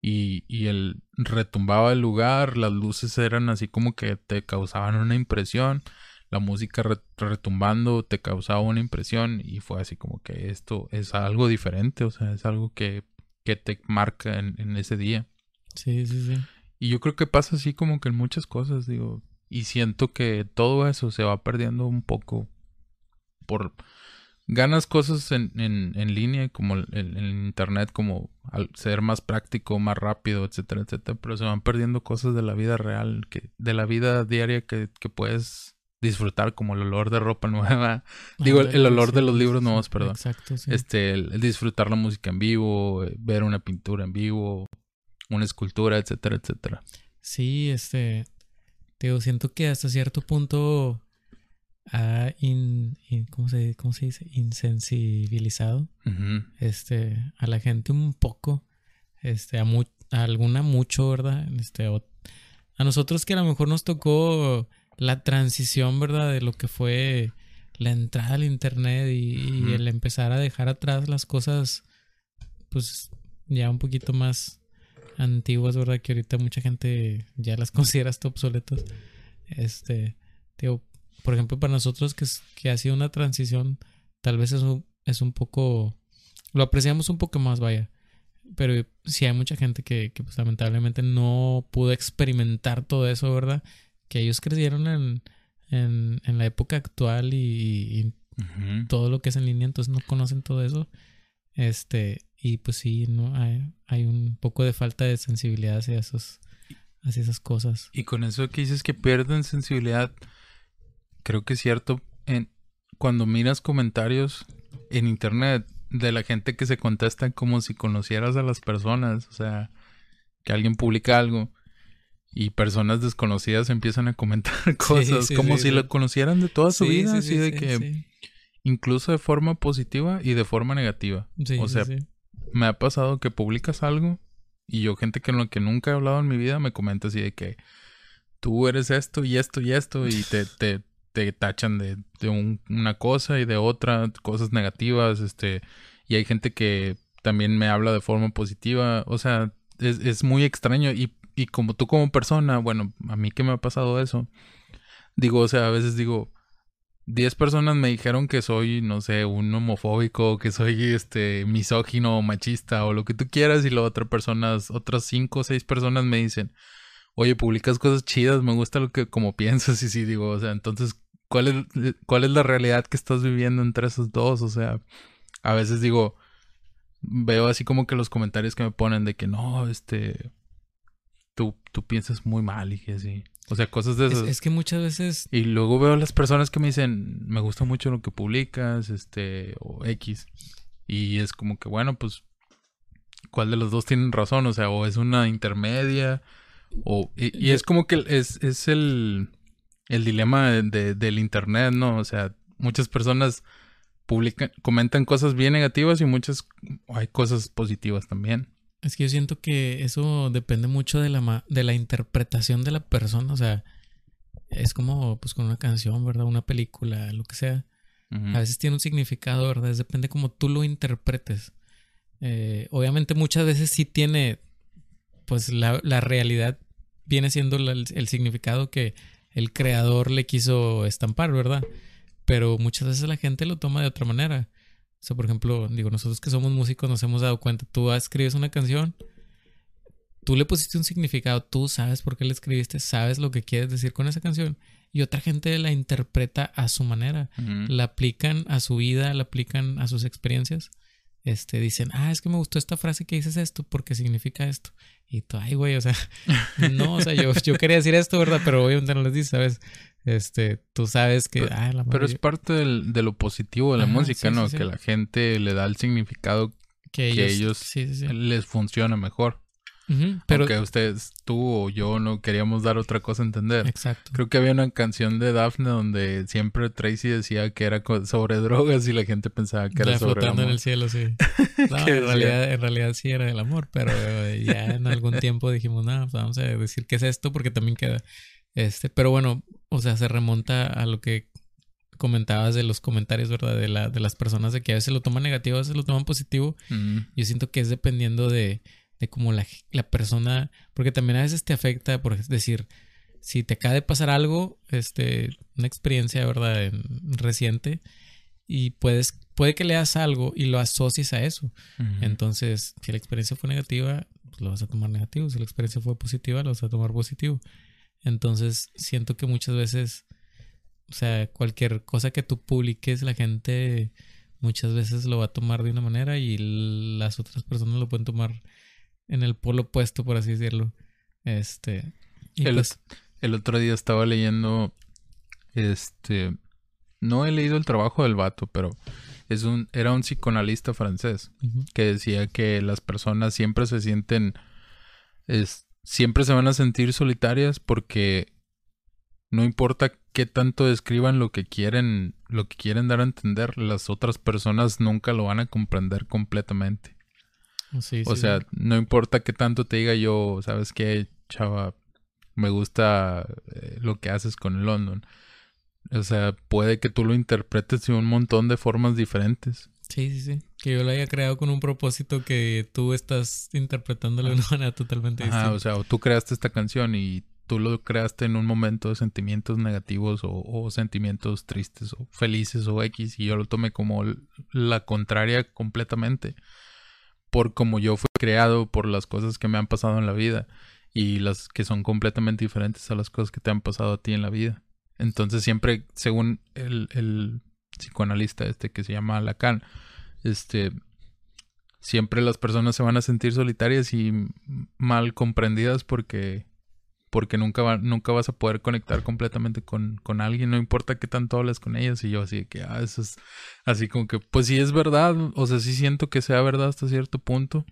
Y él retumbaba el lugar, las luces eran así como que te causaban una impresión, la música retumbando te causaba una impresión y fue así como que esto es algo diferente, o sea, es algo que te marca en ese día. Sí. Y yo creo que pasa así como que en muchas cosas, digo, y siento que todo eso se va perdiendo un poco por ganas cosas en línea, como en internet, como al ser más práctico, más rápido, etcétera, etcétera, pero se van perdiendo cosas de la vida real, de la vida diaria que puedes disfrutar, como el olor de ropa nueva, digo, el olor de los libros nuevos, perdón. Exacto, sí. El disfrutar la música en vivo, ver una pintura en vivo, una escultura, etcétera, etcétera. Sí, digo, siento que hasta cierto punto ¿cómo se dice? Insensibilizado a la gente un poco, a alguna mucho, ¿verdad? A nosotros que a lo mejor nos tocó la transición, ¿verdad? De lo que fue la entrada al internet y el empezar a dejar atrás las cosas, pues ya un poquito más antiguas, ¿verdad? Que ahorita mucha gente ya las considera hasta obsoletas. Digo, por ejemplo, para nosotros que ha sido una transición, tal vez eso es un poco, lo apreciamos un poco más, vaya. Pero sí hay mucha gente que pues, lamentablemente no pudo experimentar todo eso, ¿verdad? Que ellos crecieron en la época actual y todo lo que es en línea, entonces no conocen todo eso. Y pues sí, no hay un poco de falta de sensibilidad hacia esas cosas. Y con eso que dices que pierden sensibilidad, creo que es cierto. Cuando miras comentarios en internet de la gente que se contesta como si conocieras a las personas, o sea, que alguien publica algo y personas desconocidas empiezan a comentar cosas como si lo conocieran de toda su vida, así de que incluso de forma positiva y de forma negativa. O sea, me ha pasado que publicas algo y yo, gente con la que nunca he hablado en mi vida, me comenta así de que tú eres esto y esto y esto y te tachan de una cosa y de otra, cosas negativas, y hay gente que también me habla de forma positiva, o sea, es muy extraño y como tú como persona, bueno, a mí que me ha pasado eso, digo, o sea, a veces digo, 10 personas me dijeron que soy, no sé, un homofóbico, que soy misógino o machista o lo que tú quieras, y luego otras 5 o 6 personas me dicen, oye, publicas cosas chidas, me gusta lo que como piensas, y sí, digo, o sea, entonces, cuál es la realidad que estás viviendo entre esos dos? O sea, a veces digo, veo así como que los comentarios que me ponen de que no, tú piensas muy mal y que así. O sea, cosas de esas. Es que muchas veces... Y luego veo las personas que me dicen, me gusta mucho lo que publicas, o X. Y es como que, bueno, pues, ¿cuál de los dos tienen razón? O sea, o es una intermedia, y es como que es el dilema del internet, ¿no? O sea, muchas personas comentan cosas bien negativas y hay cosas positivas también. Es que yo siento que eso depende mucho de la interpretación de la persona. O sea, es como pues con una canción, ¿verdad? Una película, lo que sea. Uh-huh. A veces tiene un significado, ¿verdad? Depende cómo tú lo interpretes. Obviamente muchas veces sí tiene, pues la realidad viene siendo el significado que el creador le quiso estampar, ¿verdad? Pero muchas veces la gente lo toma de otra manera. O sea, por ejemplo, digo, nosotros que somos músicos nos hemos dado cuenta. Tú escribes una canción, tú le pusiste un significado, tú sabes por qué la escribiste, sabes lo que quieres decir con esa canción. Y otra gente la interpreta a su manera. Uh-huh. La aplican a su vida, la aplican a sus experiencias. Dicen, es que me gustó esta frase que dices esto porque significa esto. Y tú, ay, güey, o sea, no, o sea, yo quería decir esto, ¿verdad? Pero obviamente no les dices, ¿sabes? Tú sabes que... pero es parte de lo positivo de la música, sí, ¿no? sí. Que la gente le da el significado que ellos sí. les funciona mejor. Uh-huh, pero... Aunque ustedes, tú o yo, no queríamos dar otra cosa a entender. Exacto. Creo que había una canción de Daphne donde siempre Tracy decía que era sobre drogas y la gente pensaba que era sobre flotando el amor. en el cielo, sí. No, en realidad sí era el amor, pero ya en algún tiempo dijimos, no, pues vamos a decir que es esto porque también queda. Pero bueno, o sea, se remonta a lo que comentabas de los comentarios, ¿verdad? De las personas, de que a veces lo toman negativo, a veces lo toman positivo. Mm. Yo siento que es dependiendo de cómo la persona, porque también a veces te afecta, por decir, si te acaba de pasar algo, una experiencia, ¿verdad? Reciente, y puede que leas algo y lo asocies a eso. Uh-huh. Entonces, si la experiencia fue negativa, pues lo vas a tomar negativo. Si la experiencia fue positiva, lo vas a tomar positivo. Entonces, siento que muchas veces, o sea, cualquier cosa que tú publiques, la gente muchas veces lo va a tomar de una manera y las otras personas lo pueden tomar en el polo opuesto, por así decirlo. El otro día estaba leyendo, no he leído el trabajo del vato, pero era un psicoanalista francés. Uh-huh. Que decía que las personas siempre se sienten, siempre se van a sentir solitarias porque no importa qué tanto describan lo que quieren dar a entender, las otras personas nunca lo van a comprender completamente. Sí, o sea, no importa qué tanto te diga yo, ¿sabes qué, chava? Me gusta lo que haces con el London. O sea, puede que tú lo interpretes de un montón de formas diferentes. Sí. Que yo lo haya creado con un propósito que tú estás interpretándolo de una manera totalmente distinta. O sea, o tú creaste esta canción y tú lo creaste en un momento de sentimientos negativos o sentimientos tristes o felices o X, y yo lo tomé como la contraria completamente. Por como yo fui creado, por las cosas que me han pasado en la vida y las que son completamente diferentes a las cosas que te han pasado a ti en la vida. Entonces siempre, según el psicoanalista que se llama Lacan, siempre las personas se van a sentir solitarias y mal comprendidas porque nunca vas a poder conectar completamente con alguien, no importa qué tanto hables con ellas. Y yo así que, eso es así como que, pues sí es verdad, o sea, sí siento que sea verdad hasta cierto punto,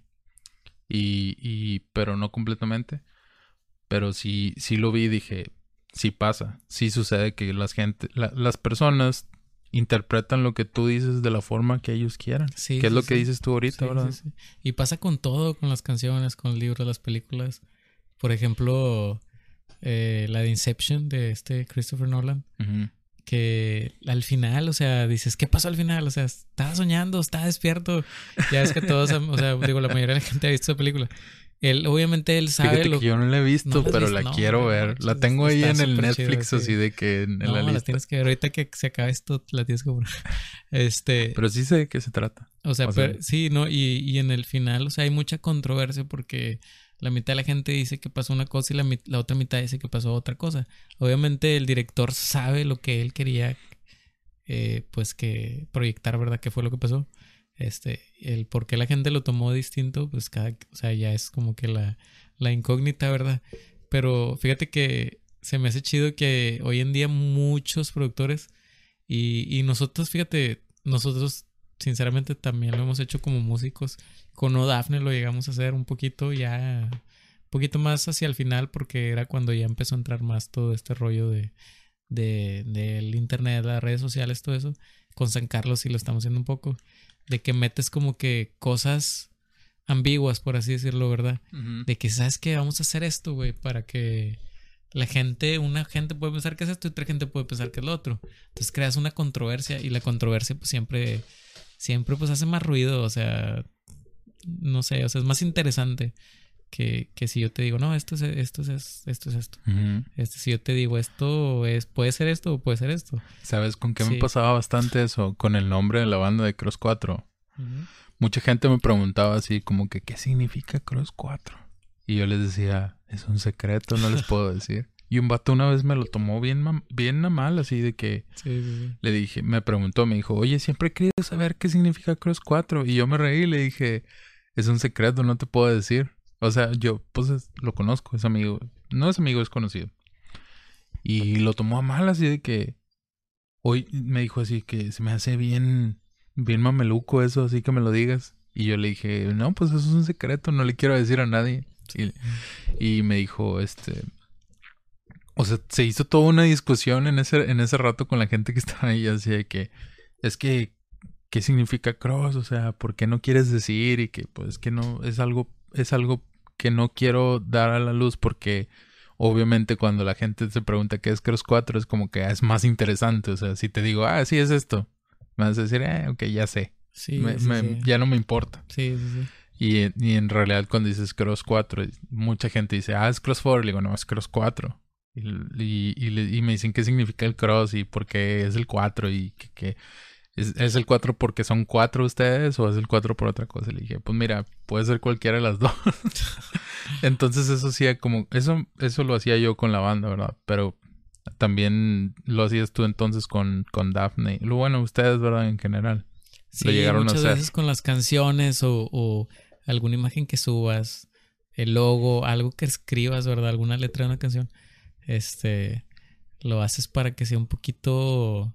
pero no completamente. Pero sí lo vi y dije, sí pasa, sí sucede que las personas interpretan lo que tú dices de la forma que ellos quieran. Sí, que es lo que dices tú ahorita, ¿verdad? Sí. Y pasa con todo, con las canciones, con los libros, las películas. Por ejemplo, la de Inception de Christopher Nolan. Uh-huh. Que al final, o sea, dices, ¿qué pasó al final? O sea, estaba soñando, estaba despierto. Ya es que todos, o sea, digo, la mayoría de la gente ha visto esa película. Obviamente él sabe. Fíjate que yo no la he visto, pero la quiero ver. La tengo ahí en el Netflix, chido, así de que en la lista. La tienes que ver. Ahorita que se acabe esto, la tienes que ver. Pero sí sé de qué se trata. O sea, sí, ¿no? Y en el final, o sea, hay mucha controversia porque La mitad de la gente dice que pasó una cosa y la otra mitad dice que pasó otra cosa. Obviamente el director sabe lo que él quería pues que proyectar, ¿verdad? ¿Qué fue lo que pasó? El por qué la gente lo tomó distinto, pues o sea, ya es como que la incógnita, ¿verdad? Pero fíjate que se me hace chido que hoy en día muchos productores y nosotros, fíjate, nosotros sinceramente también lo hemos hecho como músicos. Con O Dafne lo llegamos a hacer un poquito ya, un poquito más hacia el final porque era cuando ya empezó a entrar más todo este rollo del internet, las redes sociales, todo eso. Con San Carlos sí lo estamos haciendo un poco. De que metes como que cosas ambiguas, por así decirlo, ¿verdad? Uh-huh. De que, ¿sabes qué? Vamos a hacer esto, güey, para que una gente puede pensar que es esto y otra gente puede pensar que es lo otro. Entonces creas una controversia y la controversia pues siempre pues hace más ruido, o sea, no sé, o sea, es más interesante que si yo te digo, no, esto es esto. Uh-huh. Si yo te digo, puede ser esto o puede ser esto. ¿Sabes con qué me pasaba bastante eso? Con el nombre de la banda de Cross 4. Uh-huh. Mucha gente me preguntaba así como que, ¿qué significa Cross 4? Y yo les decía, es un secreto, no les puedo decir. Y un vato una vez me lo tomó bien a mal, así de que sí. Le dije, me dijo, oye, siempre he querido saber qué significa Cross 4. Y yo me reí y le dije, es un secreto, no te puedo decir. O sea, yo pues lo conozco, es amigo. No es amigo, es conocido. Y lo tomó a mal, así de que hoy me dijo así que se me hace bien mameluco eso, así que me lo digas. Y yo le dije, no, pues eso es un secreto, no le quiero decir a nadie. Y me dijo, o sea, se hizo toda una discusión en ese rato con la gente que estaba ahí, así de que, es que, ¿qué significa cross? O sea, ¿por qué no quieres decir? Y que, pues, que no, es algo que no quiero dar a la luz porque, obviamente, cuando la gente se pregunta qué es Cross 4, es como que es más interesante. O sea, si te digo, sí es esto, me vas a decir, ok, ya sé. Sí, ya no me importa. Sí. Y en realidad, cuando dices Cross 4, mucha gente dice, es Cross 4. Le digo, no, es Cross 4. Y me dicen qué significa el cross y por qué es el 4 y que ¿es el 4 porque son 4 ustedes o es el 4 por otra cosa? Le dije, pues mira, puede ser cualquiera de las dos. Entonces eso hacía como, eso lo hacía yo con la banda, ¿verdad? Pero también lo hacías tú entonces con Dafne. Lo bueno, ustedes, ¿verdad? En general. Sí, lo llegaron muchas a hacer. veces con las canciones o alguna imagen que subas, el logo, algo que escribas, ¿verdad? Alguna letra de una canción. Lo haces para que sea un poquito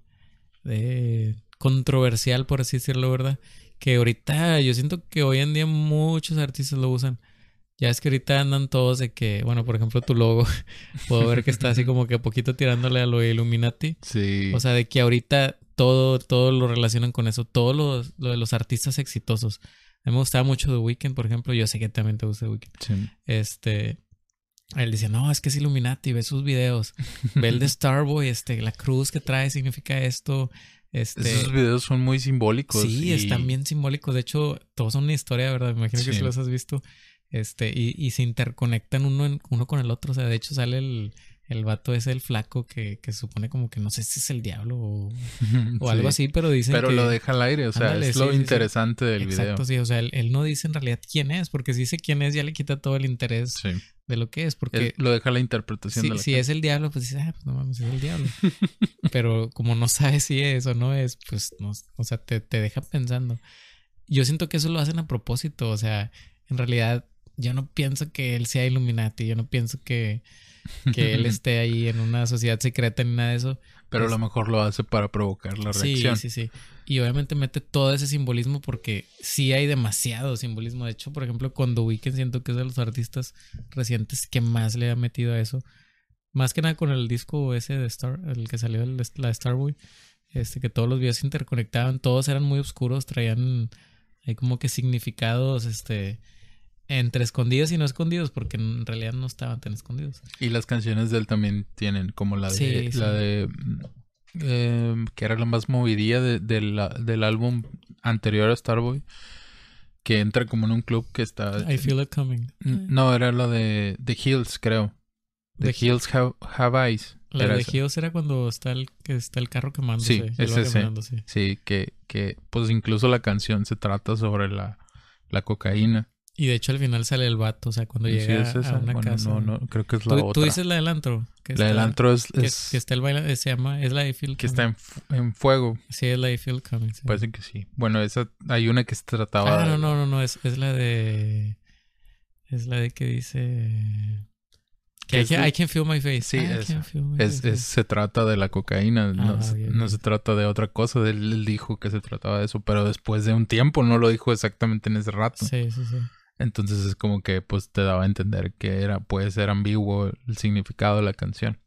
controversial, por así decirlo, ¿verdad? Que ahorita yo siento que hoy en día muchos artistas lo usan. Ya es que ahorita andan todos de que, bueno, por ejemplo, tu logo, puedo ver que está así como que poquito tirándole a lo de Illuminati. Sí. O sea, de que ahorita todo lo relacionan con eso, todo lo de los artistas exitosos. A mí me gustaba mucho The Weeknd, por ejemplo. Yo sé que también te gusta The Weeknd. Sí. Él decía, no, es que es Illuminati, ve sus videos. Ve el de Starboy, la cruz que trae significa esto. Esos videos son muy simbólicos. Sí, están bien simbólicos. De hecho, todos son una historia, ¿verdad? Me imagino que si los has visto. Y se interconectan uno con el otro. O sea, de hecho sale el vato ese, el flaco, que se supone como que no sé si es el diablo o algo así, pero dicen pero que... lo deja al aire, o sea, ándale, es lo interesante del video. Exacto, sí, o sea, él no dice en realidad quién es, porque si dice quién es ya le quita todo el interés de lo que es, porque... lo deja la interpretación de la si gente. es el diablo, pues dices, pues no mames, es el diablo. Pero como no sabes si es o no es, pues no, o sea, te deja pensando. Yo siento que eso lo hacen a propósito, o sea, en realidad yo no pienso que él sea Illuminati, yo no pienso que él esté ahí en una sociedad secreta ni nada de eso. Pero a lo mejor lo hace para provocar la reacción. Sí. Y obviamente mete todo ese simbolismo porque sí hay demasiado simbolismo. De hecho, por ejemplo, con The Weeknd siento que es de los artistas recientes que más le ha metido a eso. Más que nada con el disco ese de Star, el que salió la Starboy. Que todos los videos se interconectaban, todos eran muy oscuros, traían ahí como que significados, entre escondidos y no escondidos, porque en realidad no estaban tan escondidos. Y las canciones de él también tienen como la de que era la más movidilla del álbum anterior a Starboy, que entra como en un club que está... I Feel It Coming. No, era la de The Hills, creo. The Hills Have Eyes. La de Hills era cuando está el carro quemándose. Sí, es ese. Sí, que pues incluso la canción se trata sobre la cocaína. Y de hecho al final sale el vato, o sea, cuando Sí, llega es esa. a una Bueno, casa. no, creo que es la Tú otra. dices la del antro. La del antro es Que está el baile, se llama, es la de Phil que Coming. está en fuego. Sí, es la de Phil Coming. Sí. Parece que sí. Bueno, esa hay una que se trataba. No, es la de... Es la de que dice... Que I can feel my face. Sí, se trata de la cocaína, no se trata de otra cosa. Él dijo que se trataba de eso, pero después de un tiempo no lo dijo exactamente en ese rato. Sí. Entonces es como que pues te daba a entender que puede ser ambiguo el significado de la canción.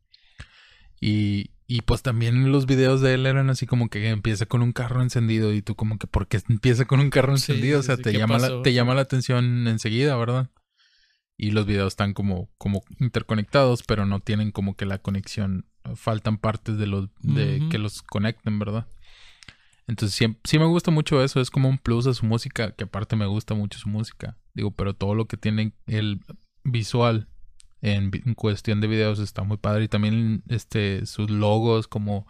Y pues también los videos de él eran así como que empieza con un carro encendido y tú como que ¿por qué empieza con un carro encendido? O sea, te llama la atención enseguida, ¿verdad? Y los videos están como interconectados, pero no tienen como que la conexión. Faltan partes de que los conecten, ¿verdad? Entonces sí me gusta mucho eso. Es como un plus a su música, que aparte me gusta mucho su música. Digo, pero todo lo que tiene el visual en cuestión de videos está muy padre. Y también sus logos como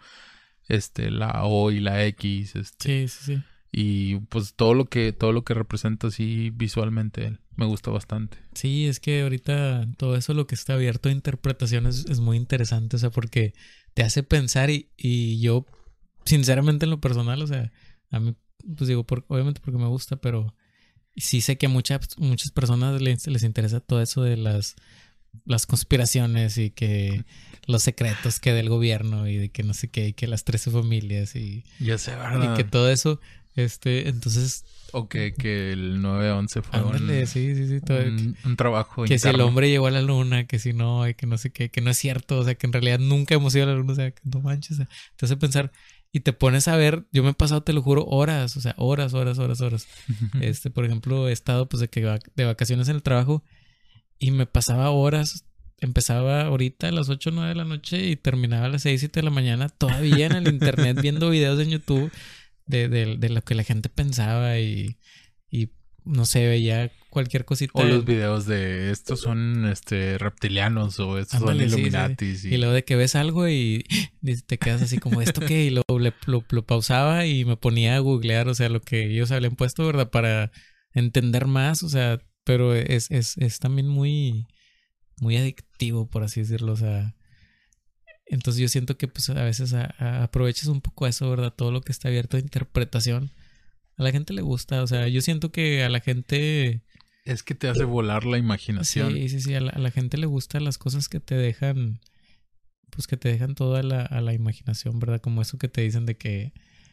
la O y la X. Sí. Y pues todo lo que representa así visualmente me gusta bastante. Sí, es que ahorita todo eso lo que está abierto a interpretaciones es muy interesante, o sea, porque te hace pensar y yo, sinceramente en lo personal, o sea, a mí, pues digo, obviamente porque me gusta, pero sí sé que a muchas personas les interesa todo eso de las conspiraciones y que los secretos que del gobierno y de que no sé qué, y que las 13 familias y... Ya sé, ¿verdad? Y que todo eso... entonces... O que el 9/11 fue un trabajo que interno. si el hombre llegó a la luna, que si no, y que no sé qué, que no es cierto, o sea, que en realidad nunca hemos ido a la luna, o sea, que no manches, o sea, te hace pensar y te pones a ver, yo me he pasado, te lo juro, horas, o sea, horas. Por ejemplo, he estado pues de vacaciones en el trabajo y me pasaba horas. Empezaba ahorita a las 8 o 9 de la noche y terminaba a las 6, 7 de la mañana todavía en el internet viendo videos en YouTube de lo que la gente pensaba y no sé, veía cualquier cosita. O los videos de estos son reptilianos o estos son Illuminatis. Sí. Y luego de que ves algo y te quedas así como ¿esto qué? Y luego lo pausaba y me ponía a googlear, o sea, lo que ellos habían puesto, ¿verdad? Para entender más, o sea, pero es también muy, muy adictivo, por así decirlo, o sea... Entonces yo siento que pues a veces aprovechas un poco eso, ¿verdad? Todo lo que está abierto a interpretación. A la gente le gusta, o sea, yo siento que a la gente... Es que te hace volar la imaginación. Sí, a la gente le gustan las cosas que te dejan... Pues que te dejan toda a la imaginación, ¿verdad? Como eso que te dicen de que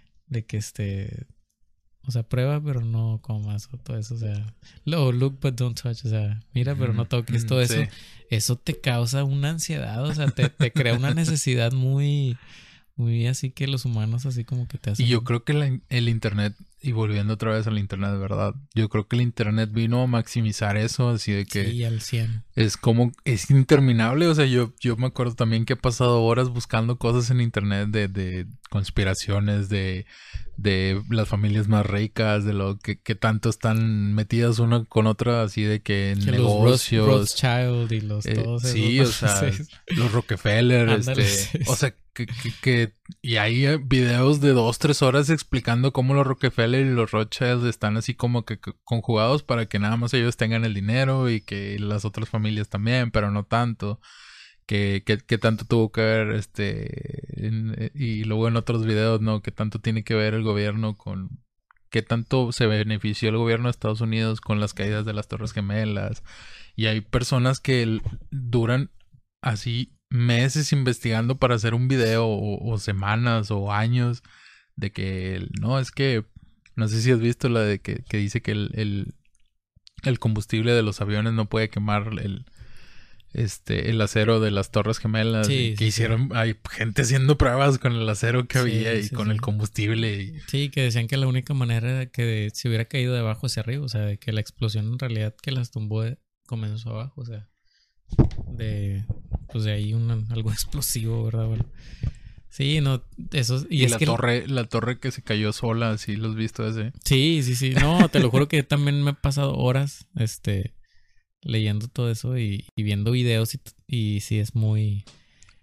o sea, prueba pero no comas o todo eso, o sea... Look but don't touch, o sea, mira pero no toques, todo eso. Sí. Eso te causa una ansiedad, o sea, te crea una necesidad muy... Muy así que los humanos así como que te hacen... Y yo creo que el internet, y volviendo otra vez al internet, de verdad, yo creo que el internet vino a maximizar eso, así de que... Sí, al 100. Es interminable, o sea, yo me acuerdo también que he pasado horas buscando cosas en internet de conspiraciones, de las familias más ricas, de lo que tanto están metidas una con otra, así de que en negocios... Los Rothschild y los todos esos. Sí, o sea, los Rockefeller, o sea... y hay videos de 2-3 horas explicando cómo los Rockefeller y los Rothschild están así como que conjugados para que nada más ellos tengan el dinero y que las otras familias también, pero no tanto. Que tanto tuvo que ver y luego en otros videos, ¿no? Que tanto tiene que ver el gobierno con... Que tanto se benefició el gobierno de Estados Unidos con las caídas de las Torres Gemelas. Y hay personas que duran así meses investigando para hacer un video o semanas o años de que no, es que no sé si has visto la de que dice que el combustible de los aviones no puede quemar el acero de las Torres Gemelas. Sí, que hicieron, hay gente haciendo pruebas con el acero que había y con el combustible. Sí, que decían que la única manera era que se hubiera caído de abajo hacia arriba, o sea, de que la explosión en realidad que las tumbó comenzó abajo, o sea, pues de ahí algo explosivo, ¿verdad? Bueno, sí, no, eso... Y es la torre que se cayó sola, ¿sí lo has visto ese? Sí, no, te lo juro que también me he pasado horas, leyendo todo eso y viendo videos y sí es muy...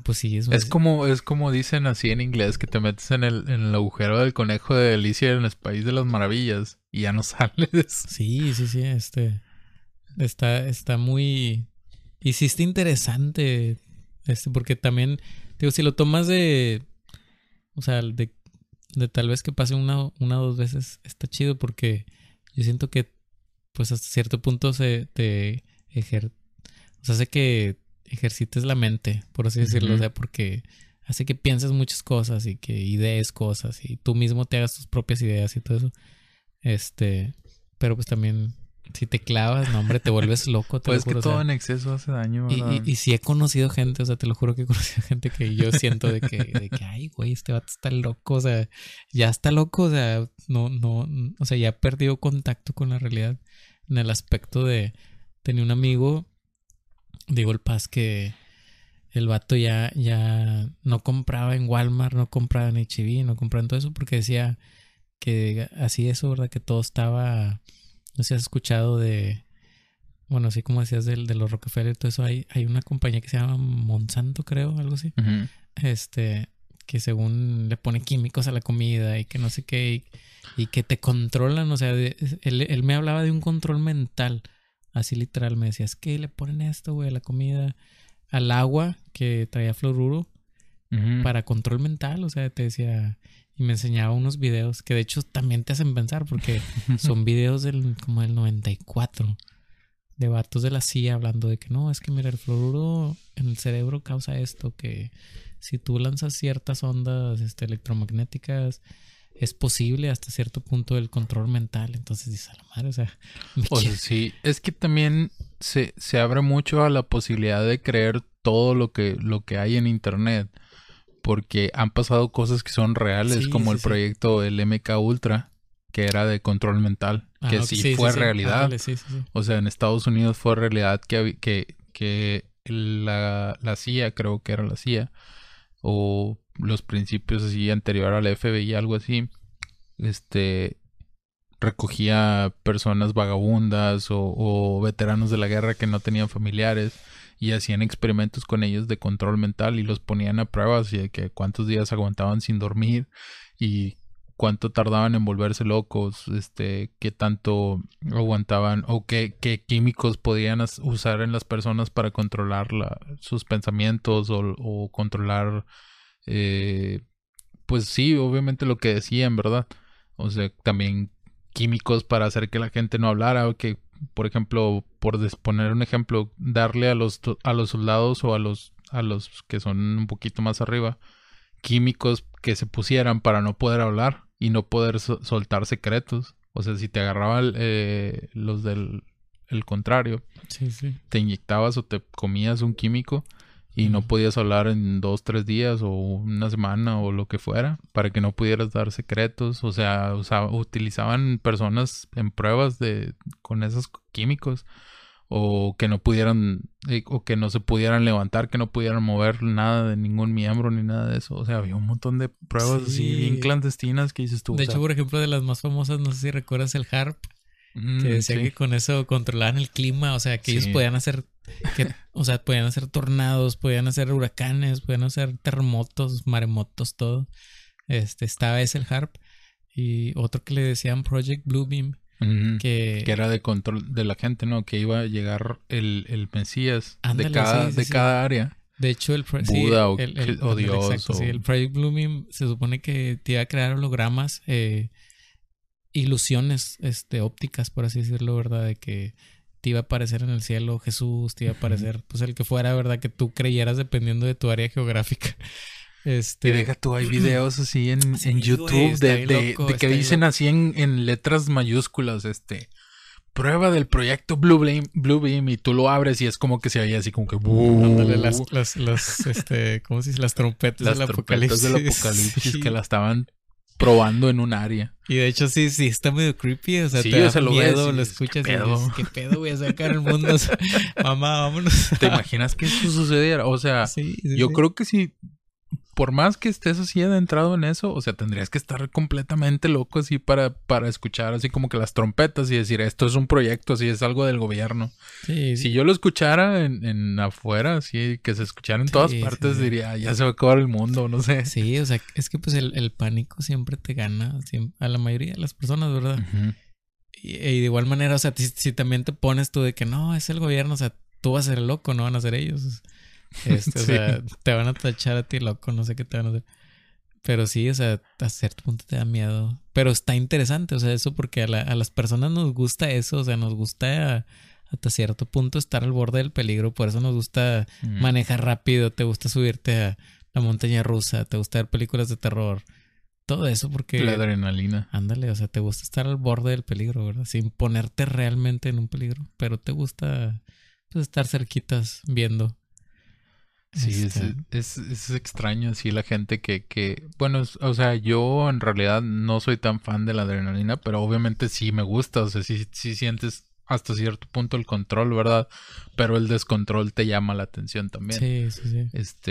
pues sí, Es como dicen así en inglés, que te metes en el agujero del conejo de Alicia en el País de las Maravillas y ya no sales. Sí. Está muy... Y sí está interesante. Porque también, digo, si lo tomas de... O sea, de tal vez que pase una o dos veces, está chido porque yo siento que pues hasta cierto punto hace que ejercites la mente, por así decirlo. O sea, porque hace que pienses muchas cosas y que idees cosas y tú mismo te hagas tus propias ideas y todo eso. Pero pues también si te clavas, no hombre, te vuelves loco. Pues que todo en exceso hace daño, ¿verdad? Y sí he conocido gente, o sea, te lo juro que he conocido gente que yo siento de que ay, güey, este vato está loco, o sea, ya está loco, o sea, no, o sea, ya perdió contacto con la realidad en el aspecto de, tenía un amigo, digo el Paz, que el vato ya no compraba en Walmart, no compraba en H-E-B, no compraba en todo eso porque decía que así eso, ¿verdad? Que todo estaba, no sé si has escuchado de, bueno, así como decías de los Rockefeller y todo eso, hay una compañía que se llama Monsanto, creo, algo así. Uh-huh. Que según le pone químicos a la comida y que no sé qué, y que te controlan, o sea, él me hablaba de un control mental, así literal, me decía, es que le ponen esto, güey, a la comida, al agua que traía fluoruro, para control mental, o sea, te decía, y me enseñaba unos videos que de hecho también te hacen pensar porque son videos como del 94 de vatos de la CIA hablando de que no, es que mira, el fluoruro en el cerebro causa esto, que si tú lanzas ciertas ondas electromagnéticas es posible hasta cierto punto el control mental. Entonces dices, a la madre, o sea sí, es que también se abre mucho a la posibilidad de creer todo lo que hay en internet, porque han pasado cosas que son reales, como el proyecto el MK Ultra, que era de control mental, que sí fue realidad. Ándale, sí. O sea, en Estados Unidos fue realidad que la CIA, creo que era la CIA, o los principios así anterior al FBI, algo así, recogía personas vagabundas o veteranos de la guerra que no tenían familiares y hacían experimentos con ellos de control mental y los ponían a pruebas y de que cuántos días aguantaban sin dormir y cuánto tardaban en volverse locos, qué tanto aguantaban o qué químicos podían usar en las personas para controlar sus pensamientos o controlar, pues sí, obviamente lo que decían, ¿verdad? O sea, también químicos para hacer que la gente no hablara, o que, por ejemplo, por poner un ejemplo, darle a los soldados o a los que son un poquito más arriba, químicos que se pusieran para no poder hablar y no poder soltar secretos. O sea, si te agarraban los del contrario, te inyectabas o te comías un químico y no podías hablar en 2-3 días o una semana o lo que fuera, para que no pudieras dar secretos. O sea, utilizaban personas en pruebas con esos químicos, o que no pudieran, o que no se pudieran levantar, que no pudieran mover nada de ningún miembro ni nada de eso. O sea, había un montón de pruebas así bien clandestinas que dices tú. De hecho, por ejemplo, de las más famosas, no sé si recuerdas el HAARP, que decía que con eso controlaban el clima, o sea, que ellos podían hacer podían hacer tornados, podían hacer huracanes, podían hacer terremotos, maremotos, todo. Estaba ese el HAARP, y otro que le decían Project Bluebeam, que era de control de la gente, ¿no? Que iba a llegar el Mesías. Ándale, de cada área. De hecho, Buda o Dios. Exacto, sí. El Project Bluebeam se supone que te iba a crear hologramas, ilusiones ópticas, por así decirlo, ¿verdad? De que te iba a aparecer en el cielo Jesús, te iba a aparecer, pues el que fuera, ¿verdad? Que tú creyeras dependiendo de tu área geográfica. Y deja tú, hay videos así en YouTube de que dicen así en letras mayúsculas, prueba del proyecto Bluebeam, y tú lo abres y es como que se veía así como que ándale, ¿cómo se dice? Las trompetas del apocalipsis que la estaban probando en un área. Y de hecho sí está medio creepy, o sea, te da miedo, lo escuchas y dices, ¿qué pedo voy a sacar el mundo? O sea, mamá, vámonos. ¿Te imaginas que eso sucediera? O sea, yo creo que sí. por más que estés así adentrado en eso, o sea, tendrías que estar completamente loco así para escuchar así como que las trompetas y decir, esto es un proyecto, así es algo del gobierno. Sí. Si yo lo escuchara en afuera, así que se escuchara en todas partes, diría, ya se va a acabar el mundo, no sé. Sí, o sea, es que pues el pánico siempre te gana a la mayoría de las personas, ¿verdad? Uh-huh. Y de igual manera, o sea, si también te pones tú de que no, es el gobierno, o sea, tú vas a ser el loco, no van a ser ellos. O sea, te van a tachar a ti loco, no sé qué te van a hacer. Pero sí, o sea, a cierto punto te da miedo. Pero está interesante, o sea, eso porque a las personas nos gusta eso, o sea, nos gusta hasta cierto punto estar al borde del peligro. Por eso nos gusta manejar rápido, te gusta subirte a la montaña rusa, te gusta ver películas de terror. Todo eso porque... La adrenalina. Ándale, o sea, te gusta estar al borde del peligro, ¿verdad? Sin ponerte realmente en un peligro. Pero te gusta pues, estar cerquitas viendo. Sí, es extraño así la gente que... Bueno, o sea, yo en realidad no soy tan fan de la adrenalina, pero obviamente sí me gusta. O sea, sí sientes hasta cierto punto el control, ¿verdad? Pero el descontrol te llama la atención también. Sí.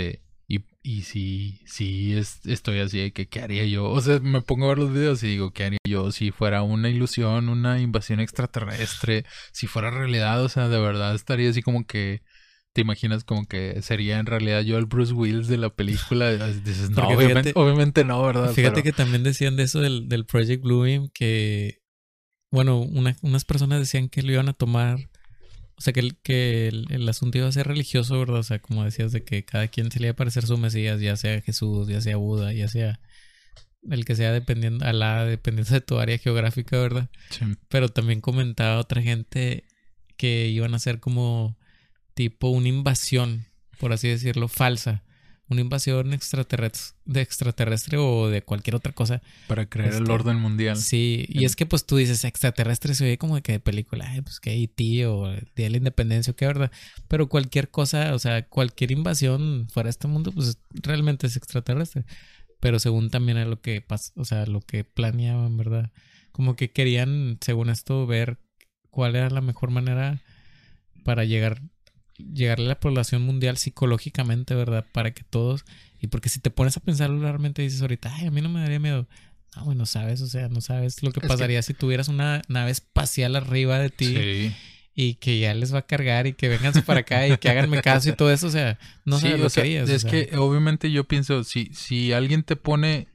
Y sí estoy así de que ¿qué haría yo? O sea, me pongo a ver los videos y digo, ¿qué haría yo si fuera una ilusión, una invasión extraterrestre? Si fuera realidad, o sea, de verdad estaría así como que... ¿Te imaginas como que sería en realidad yo el Bruce Willis de la película? Dices, no, obviamente no, ¿verdad? Fíjate que también decían de eso del Project Bluebeam que... Bueno, unas personas decían que lo iban a tomar... O sea, que el asunto iba a ser religioso, ¿verdad? O sea, como decías, de que cada quien se le iba a parecer su Mesías, ya sea Jesús, ya sea Buda, ya sea el que sea dependiendo de tu área geográfica, ¿verdad? Sí. Pero también comentaba otra gente que iban a ser como tipo una invasión, por así decirlo, falsa. Una invasión extraterrestre o de cualquier otra cosa. Para crear el orden mundial. Sí, y es que pues tú dices extraterrestre, se oye como de que de película, pues que E.T. o Día de la Independencia o qué, ¿verdad? Pero cualquier cosa, o sea, cualquier invasión fuera de este mundo, pues realmente es extraterrestre. Pero según también es lo que pasa, o sea, lo que planeaban, ¿verdad? Como que querían, según esto, ver cuál era la mejor manera para llegarle a la población mundial psicológicamente, ¿verdad? Para que todos... Y porque si te pones a pensar realmente dices ahorita, ay, a mí no me daría miedo. No, bueno, sabes, o sea, no sabes lo que pasaría si tuvieras una nave espacial arriba de ti. Sí. Y que ya les va a cargar y que vénganse para acá y que háganme caso y todo eso, o sea, no sabes lo que harías. Es que obviamente yo pienso, si alguien te pone...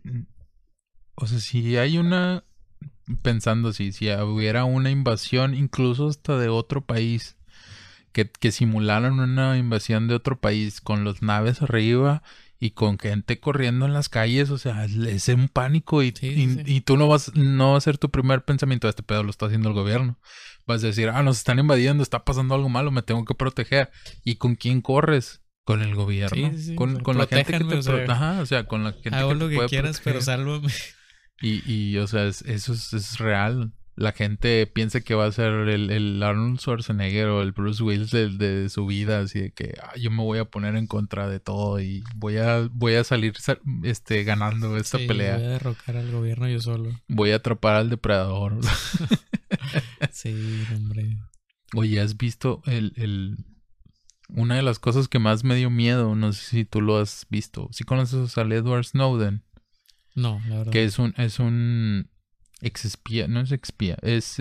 O sea, si hay una... Pensando si hubiera una invasión incluso hasta de otro país... Que simularon una invasión de otro país con los naves arriba y con gente corriendo en las calles, o sea, es un pánico y tú no va a ser tu primer pensamiento, este pedo lo está haciendo el gobierno. Vas a decir, nos están invadiendo, está pasando algo malo, me tengo que proteger. ¿Y con quién corres? Con el gobierno. Con la gente que te o sea, con la gente hago que lo te que puede quieras, proteger. pero sálvame. Y o sea, eso es real. La gente piensa que va a ser el Arnold Schwarzenegger o el Bruce Willis de su vida, así de que yo me voy a poner en contra de todo y voy a salir ganando esta pelea. Voy a derrocar al gobierno yo solo. Voy a atrapar al depredador. Sí, hombre. Oye, ¿has visto una de las cosas que más me dio miedo? No sé si tú lo has visto. ¿Sí conoces al Edward Snowden? No, la verdad. Que es un exespía, no es expía, es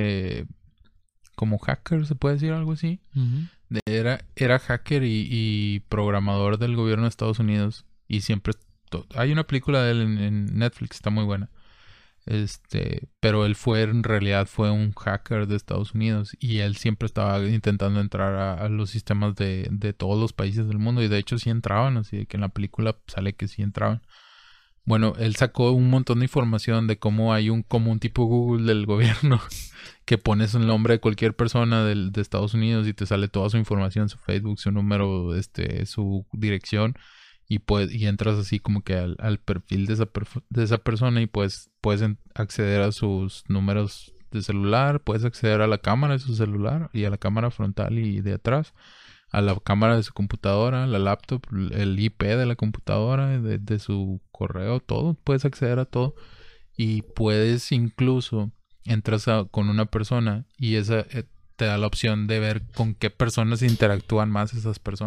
como hacker, se puede decir algo así. Uh-huh. Era hacker y programador del gobierno de Estados Unidos y siempre hay una película de él en Netflix, está muy buena. Pero él en realidad fue un hacker de Estados Unidos y él siempre estaba intentando entrar a los sistemas de todos los países del mundo y de hecho sí entraban, así que en la película sale que sí entraban. Bueno, él sacó un montón de información de cómo hay como un tipo Google del gobierno que pones el nombre de cualquier persona de Estados Unidos y te sale toda su información, su Facebook, su número, su dirección y entras así como que al perfil de esa persona y puedes acceder a sus números de celular, puedes acceder a la cámara de su celular y a la cámara frontal y de atrás, a la cámara de su computadora, la laptop, el IP de la computadora, de su correo, todo. Puedes acceder a todo. Y puedes incluso entras con una persona y esa te da la opción de ver con qué personas interactúan más esas personas.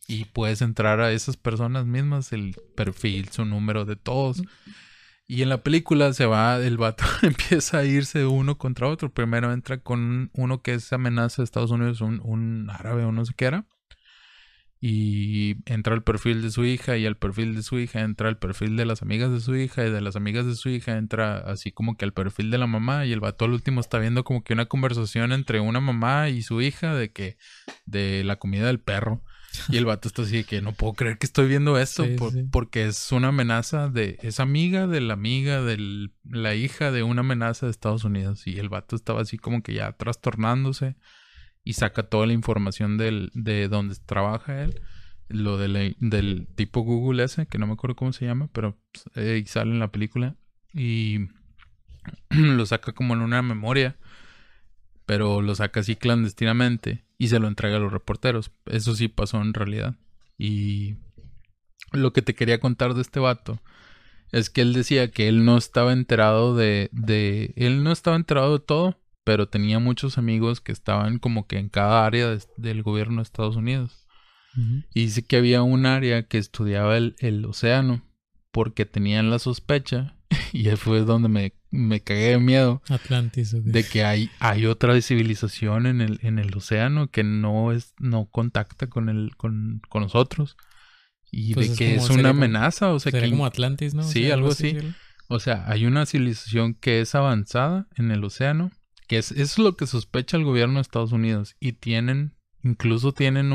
Y puedes entrar a esas personas mismas, el perfil, su número de todos. Y en la película el vato empieza a irse uno contra otro. Primero entra con uno que es amenaza de Estados Unidos, un árabe o no sé qué era. Y entra el perfil de su hija, y al perfil de su hija entra el perfil de las amigas de su hija, y de las amigas de su hija entra así como que al perfil de la mamá, y el vato al último está viendo como que una conversación entre una mamá y su hija de la comida del perro. Y el vato está así de que no puedo creer que estoy viendo esto, Sí. porque es una amenaza es amiga de la hija de una amenaza de Estados Unidos. Y el vato estaba así como que ya trastornándose y saca toda la información de donde trabaja él, lo del tipo Google ese, que no me acuerdo cómo se llama, pero y sale en la película, y lo saca como en una memoria, pero lo saca así clandestinamente y se lo entrega a los reporteros. Eso sí pasó en realidad. Y lo que te quería contar de este vato es que él decía que él no estaba enterado él no estaba enterado de todo, pero tenía muchos amigos que estaban como que en cada área del gobierno de Estados Unidos. Uh-huh. Y dice que había un área que estudiaba el océano, porque tenían la sospecha, y ahí fue donde me cagué de miedo, Atlantis, okay, de que hay otra civilización en el océano que no contacta con nosotros. Y pues de que es una amenaza, o sea sería que... como Atlantis, ¿no? Sí, O sea, algo así. decirlo. O sea, hay una civilización que es avanzada en el océano, que eso es lo que sospecha el gobierno de Estados Unidos. Y incluso tienen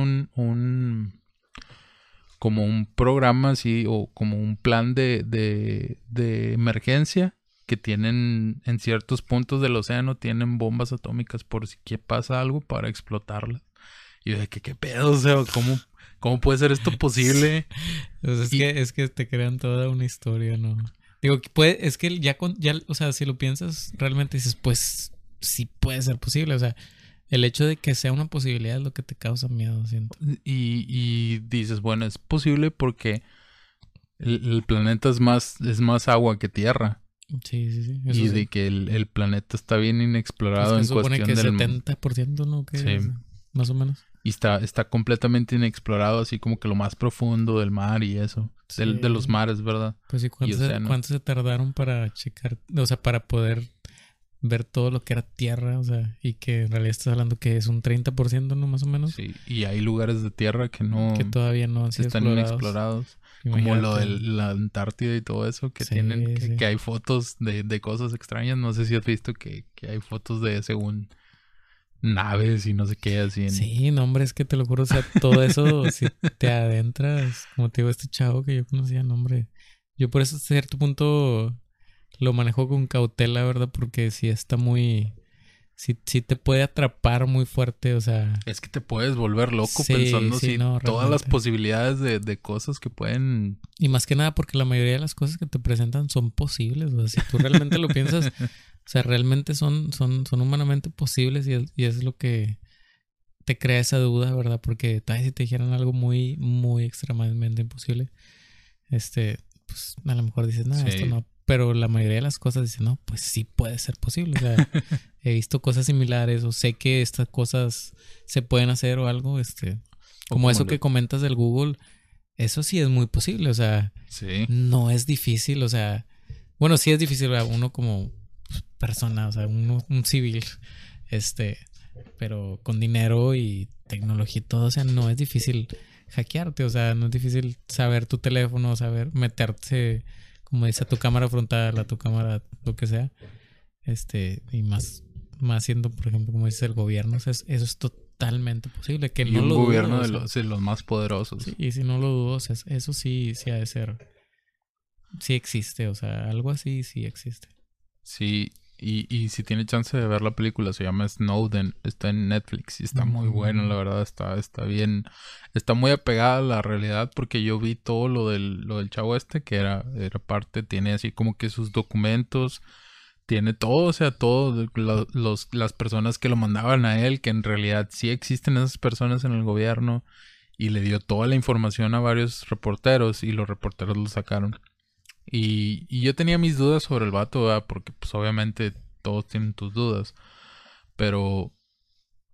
como un programa así, o como un plan de emergencia, que tienen en ciertos puntos del océano, tienen bombas atómicas por si pasa algo para explotarlas. Y yo de que, ¿qué pedo? O sea, ¿cómo puede ser esto posible? Pues es que te crean toda una historia, ¿no? Digo, es que ya, o sea, si lo piensas, realmente dices, pues sí puede ser posible. O sea, el hecho de que sea una posibilidad es lo que te causa miedo, siento. Y dices, bueno, es posible porque el planeta es más agua que tierra. Sí. Y de que el planeta está bien inexplorado es que en supone cuestión que del... 70%, ¿no? Que Sí. es, más o menos. Y está completamente inexplorado, así como que lo más profundo del mar y eso. Sí. De los mares, ¿verdad? Pues sí, ¿cuánto se tardaron para checar? O sea, para poder ver todo lo que era tierra, o sea, y que en realidad estás hablando que es un 30%, ¿no? Más o menos. Sí, y hay lugares de tierra que todavía no han sido están inexplorados. Como lo de la Antártida y todo eso, que tienen, que hay fotos de cosas extrañas. No sé si has visto que hay fotos de según naves y no sé qué así. Sí, no, hombre, es que te lo juro, o sea, todo eso, si te adentras, como te digo, este chavo que yo conocía, no, hombre, yo por eso a cierto punto lo manejo con cautela, ¿verdad? Porque sí está muy... Sí te puede atrapar muy fuerte, o sea... Es que te puedes volver loco pensando todas las posibilidades de cosas que pueden... Y más que nada porque la mayoría de las cosas que te presentan son posibles, o sea, si tú realmente lo piensas, o sea, realmente son humanamente posibles, y es lo que te crea esa duda, ¿verdad? Porque tal vez si te dijeran algo muy, muy extremadamente imposible, pues a lo mejor dices, no, esto no. Pero la mayoría de las cosas dicen, no, pues sí puede ser posible. O sea, he visto cosas similares, o sé que estas cosas se pueden hacer o algo, como eso que comentas del Google, eso sí es muy posible. O sea, no es difícil. O sea, bueno, sí es difícil a uno como persona, o sea, un civil, pero con dinero y tecnología y todo, o sea, no es difícil hackearte. O sea, no es difícil saber tu teléfono, saber meterte, como dice, a tu cámara frontal, a tu cámara, lo que sea. Y más siendo, por ejemplo, como dice el gobierno, o sea, eso es totalmente posible. Que y no un lo gobierno dudo, de los más poderosos. Sí, y si no lo dudo, o sea, eso sí ha de ser. Sí existe, o sea, algo así sí existe. Sí, y si tiene chance de ver la película, se llama Snowden, está en Netflix y está muy bueno, la verdad, está bien, está muy apegada a la realidad, porque yo vi todo lo del chavo que era parte, tiene así como que sus documentos, tiene todo, o sea, todo, las personas que lo mandaban a él, que en realidad sí existen esas personas en el gobierno, y le dio toda la información a varios reporteros, y los reporteros lo sacaron. Y yo tenía mis dudas sobre el vato, ¿verdad? Porque pues obviamente todos tienen tus dudas. Pero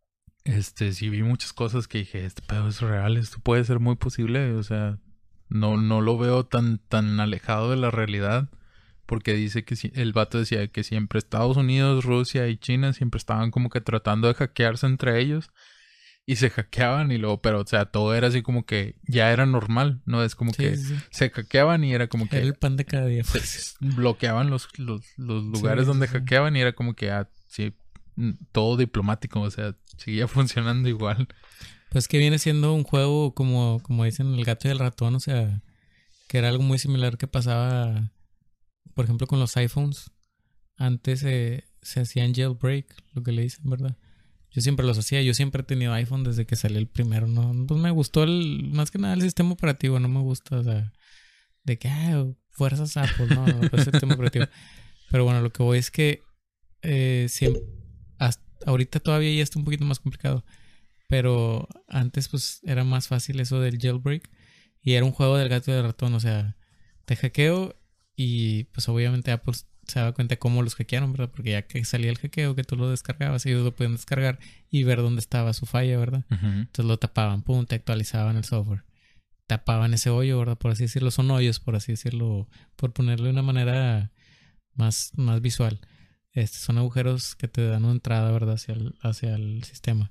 sí vi muchas cosas que dije, este pedo es real, esto puede ser muy posible, o sea, no lo veo tan alejado de la realidad, porque dice que el vato decía que siempre Estados Unidos, Rusia y China siempre estaban como que tratando de hackearse entre ellos y se hackeaban y luego, pero o sea, todo era así como que ya era normal, no es como que se hackeaban y era como que era el pan de cada día. bloqueaban los lugares donde hackeaban y era como que sí, todo diplomático, o sea, seguía funcionando igual. Pues que viene siendo un juego como dicen el gato y el ratón, o sea, que era algo muy similar que pasaba, por ejemplo, con los iPhones. Antes se hacían jailbreak, lo que le dicen, ¿verdad? Yo siempre los hacía, yo siempre he tenido iPhone desde que salió el primero, ¿no? Pues me gustó más que nada el sistema operativo, no me gusta, o sea, de que, fuerzas Apple, no, el sistema operativo. Pero bueno, lo que voy es que siempre, ahorita todavía ya está un poquito más complicado, pero antes pues era más fácil eso del jailbreak y era un juego del gato y del ratón, o sea, te hackeo y pues obviamente Apple se daba cuenta cómo los hackearon, ¿verdad? Porque ya que salía el hackeo, que tú lo descargabas, ellos lo podían descargar y ver dónde estaba su falla, ¿verdad? Uh-huh. Entonces lo tapaban, pum, te actualizaban el software. Tapaban ese hoyo, ¿verdad? Por así decirlo, son hoyos, por así decirlo, por ponerle de una manera más visual. Son agujeros que te dan una entrada, ¿verdad? Hacia el sistema.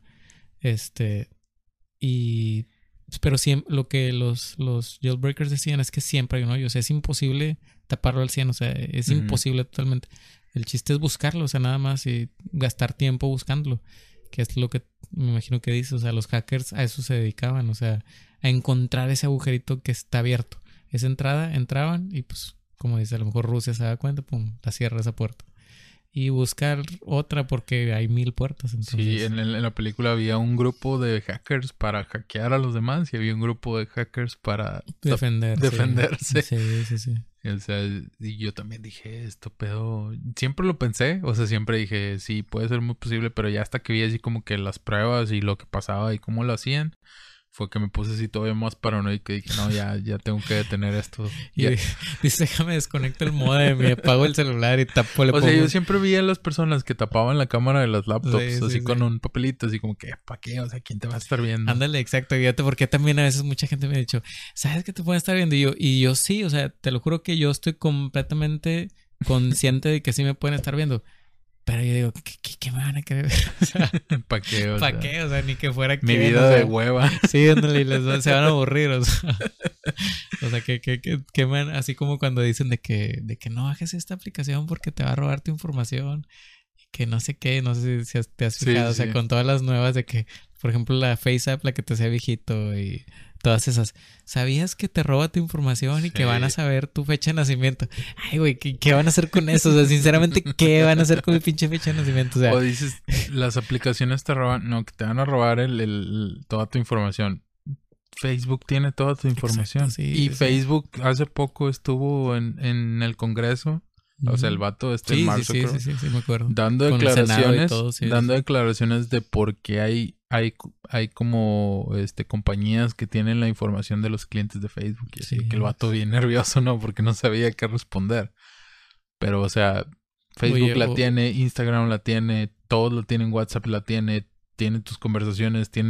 Y pero siempre, lo que los jailbreakers decían es que siempre hay un hoyo, o sea, es imposible taparlo al 100, o sea, es imposible totalmente. El chiste es buscarlo, o sea, nada más y gastar tiempo buscándolo, que es lo que me imagino que dices, o sea, los hackers a eso se dedicaban, o sea, a encontrar ese agujerito que está abierto. Esa entrada, entraban y pues, como dice, a lo mejor Rusia se da cuenta, pum, la cierra esa puerta. Y buscar otra porque hay 1000 puertas. Entonces. Sí, en la película había un grupo de hackers para hackear a los demás y había un grupo de hackers para defenderse. Sí. O sea, y yo también dije, esto pedo, siempre lo pensé, o sea, siempre dije, sí, puede ser muy posible, pero ya hasta que vi así como que las pruebas y lo que pasaba y cómo lo hacían, fue que me puse así todavía más paranoico y dije, no, ya tengo que detener esto. Y dice, déjame desconecto el modem y apago el celular y tapo el. O sea, yo siempre vi a las personas que tapaban la cámara de las laptops así con un papelito, así como que, ¿para qué? O sea, ¿quién te va a estar viendo? Ándale, exacto. Fíjate, porque también a veces mucha gente me ha dicho, ¿sabes que te pueden estar viendo? Y yo sí, o sea, te lo juro que yo estoy completamente consciente de que sí me pueden estar viendo. Pero yo digo, ¿qué me van a querer ver? O sea, ¿para qué? ¿Para qué? O sea, ni que fuera mi vida de hueva. Sí, ándale, se van a aburrir, o sea. O sea, que man, así como cuando dicen de que no bajes esta aplicación porque te va a robar tu información. Y que no sé qué, no sé si te has fijado, o sea, con todas las nuevas de que, por ejemplo, la FaceApp, la que te hacía viejito y todas esas. ¿Sabías que te roba tu información y que van a saber tu fecha de nacimiento? Ay, güey, ¿qué van a hacer con eso? O sea, sinceramente, ¿qué van a hacer con mi pinche fecha de nacimiento? O dices, las aplicaciones te roban, no, que te van a robar toda tu información. Facebook tiene toda tu información. Exacto, sí, Facebook hace poco estuvo en el Congreso. O sea, el vato en marzo, creo, me acuerdo. Dando declaraciones, declaraciones de por qué hay como compañías que tienen la información de los clientes de Facebook. Y así que el vato bien nervioso, ¿no? Porque no sabía qué responder. Pero, o sea, Facebook tiene, Instagram la tiene, todos lo tienen, WhatsApp la tiene tus conversaciones, tiene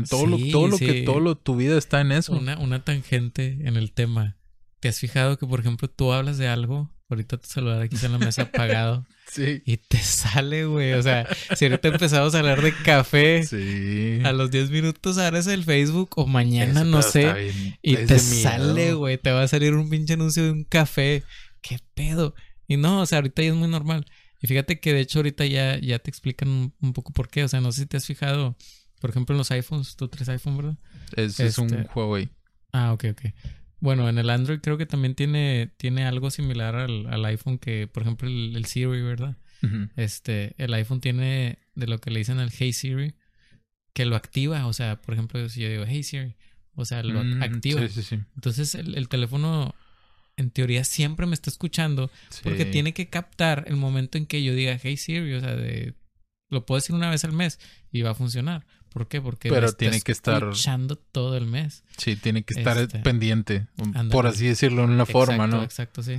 tu vida está en eso. Una tangente en el tema. ¿Te has fijado que, por ejemplo, tú hablas de algo? Ahorita tu celular aquí está en la mesa apagado. Sí. Y te sale, güey. O sea, si ahorita empezamos a hablar de café, a los 10 minutos abres el Facebook o mañana, no sé. Y te sale, güey. Te va a salir un pinche anuncio de un café. ¿Qué pedo? Y no, o sea, ahorita ya es muy normal. Y fíjate que de hecho ahorita ya te explican un poco por qué. O sea, no sé si te has fijado, por ejemplo, en los iPhones. Tú traes iPhone, ¿verdad? Es un Huawei. Ah, ok. Bueno, en el Android creo que también tiene algo similar al iPhone que, por ejemplo, el Siri, ¿verdad? Uh-huh. El iPhone tiene de lo que le dicen el Hey Siri, que lo activa. O sea, por ejemplo, si yo digo Hey Siri, o sea, lo activa. Sí. Entonces el teléfono, en teoría, siempre me está escuchando porque tiene que captar el momento en que yo diga Hey Siri, o sea, lo puedo decir una vez al mes y va a funcionar. ¿Por qué? Porque pero tiene que estar escuchando todo el mes. Sí, tiene que estar pendiente, por así decirlo, en una forma, ¿no? Exacto, sí.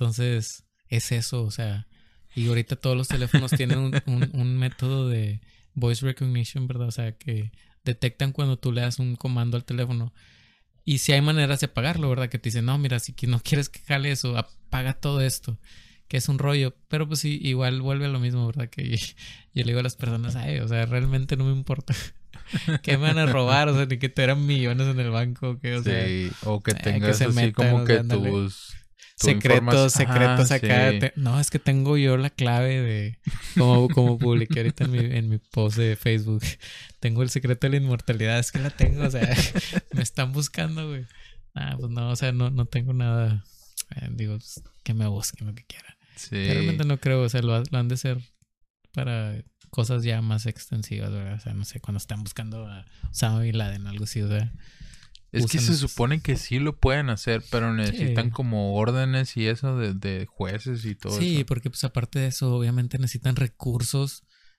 Entonces, es eso, o sea, y ahorita todos los teléfonos tienen un método de voice recognition, ¿verdad? O sea, que detectan cuando tú le das un comando al teléfono. Y si hay maneras de apagarlo, ¿verdad? Que te dicen, no, mira, si no quieres que jale eso, apaga todo esto. Que es un rollo. Pero pues sí, igual vuelve a lo mismo, ¿verdad? Que yo le digo a las personas, ay, o sea, realmente no me importa. ¿Qué me van a robar? O sea, ni que te eran millones en el banco. Que, o sea, o que tengas que se así metan, como o que sea, ándale. tu Secretos acá. sí. No, es que tengo yo la clave de... Como publiqué ahorita en mi post de Facebook. Tengo el secreto de la inmortalidad. Es que la tengo, o sea, me están buscando, güey. Pues no, o sea, no tengo nada. Digo, pues, que me busquen lo que quieran. Sí. Que realmente no creo, o sea, lo han de ser para cosas ya más extensivas, ¿verdad? O sea, no sé, cuando están buscando a Osama Bin Laden, algo así, o sea... Es que se supone que sí lo pueden hacer, pero necesitan como órdenes y eso de jueces y todo eso. Sí, porque pues aparte de eso, obviamente necesitan recursos.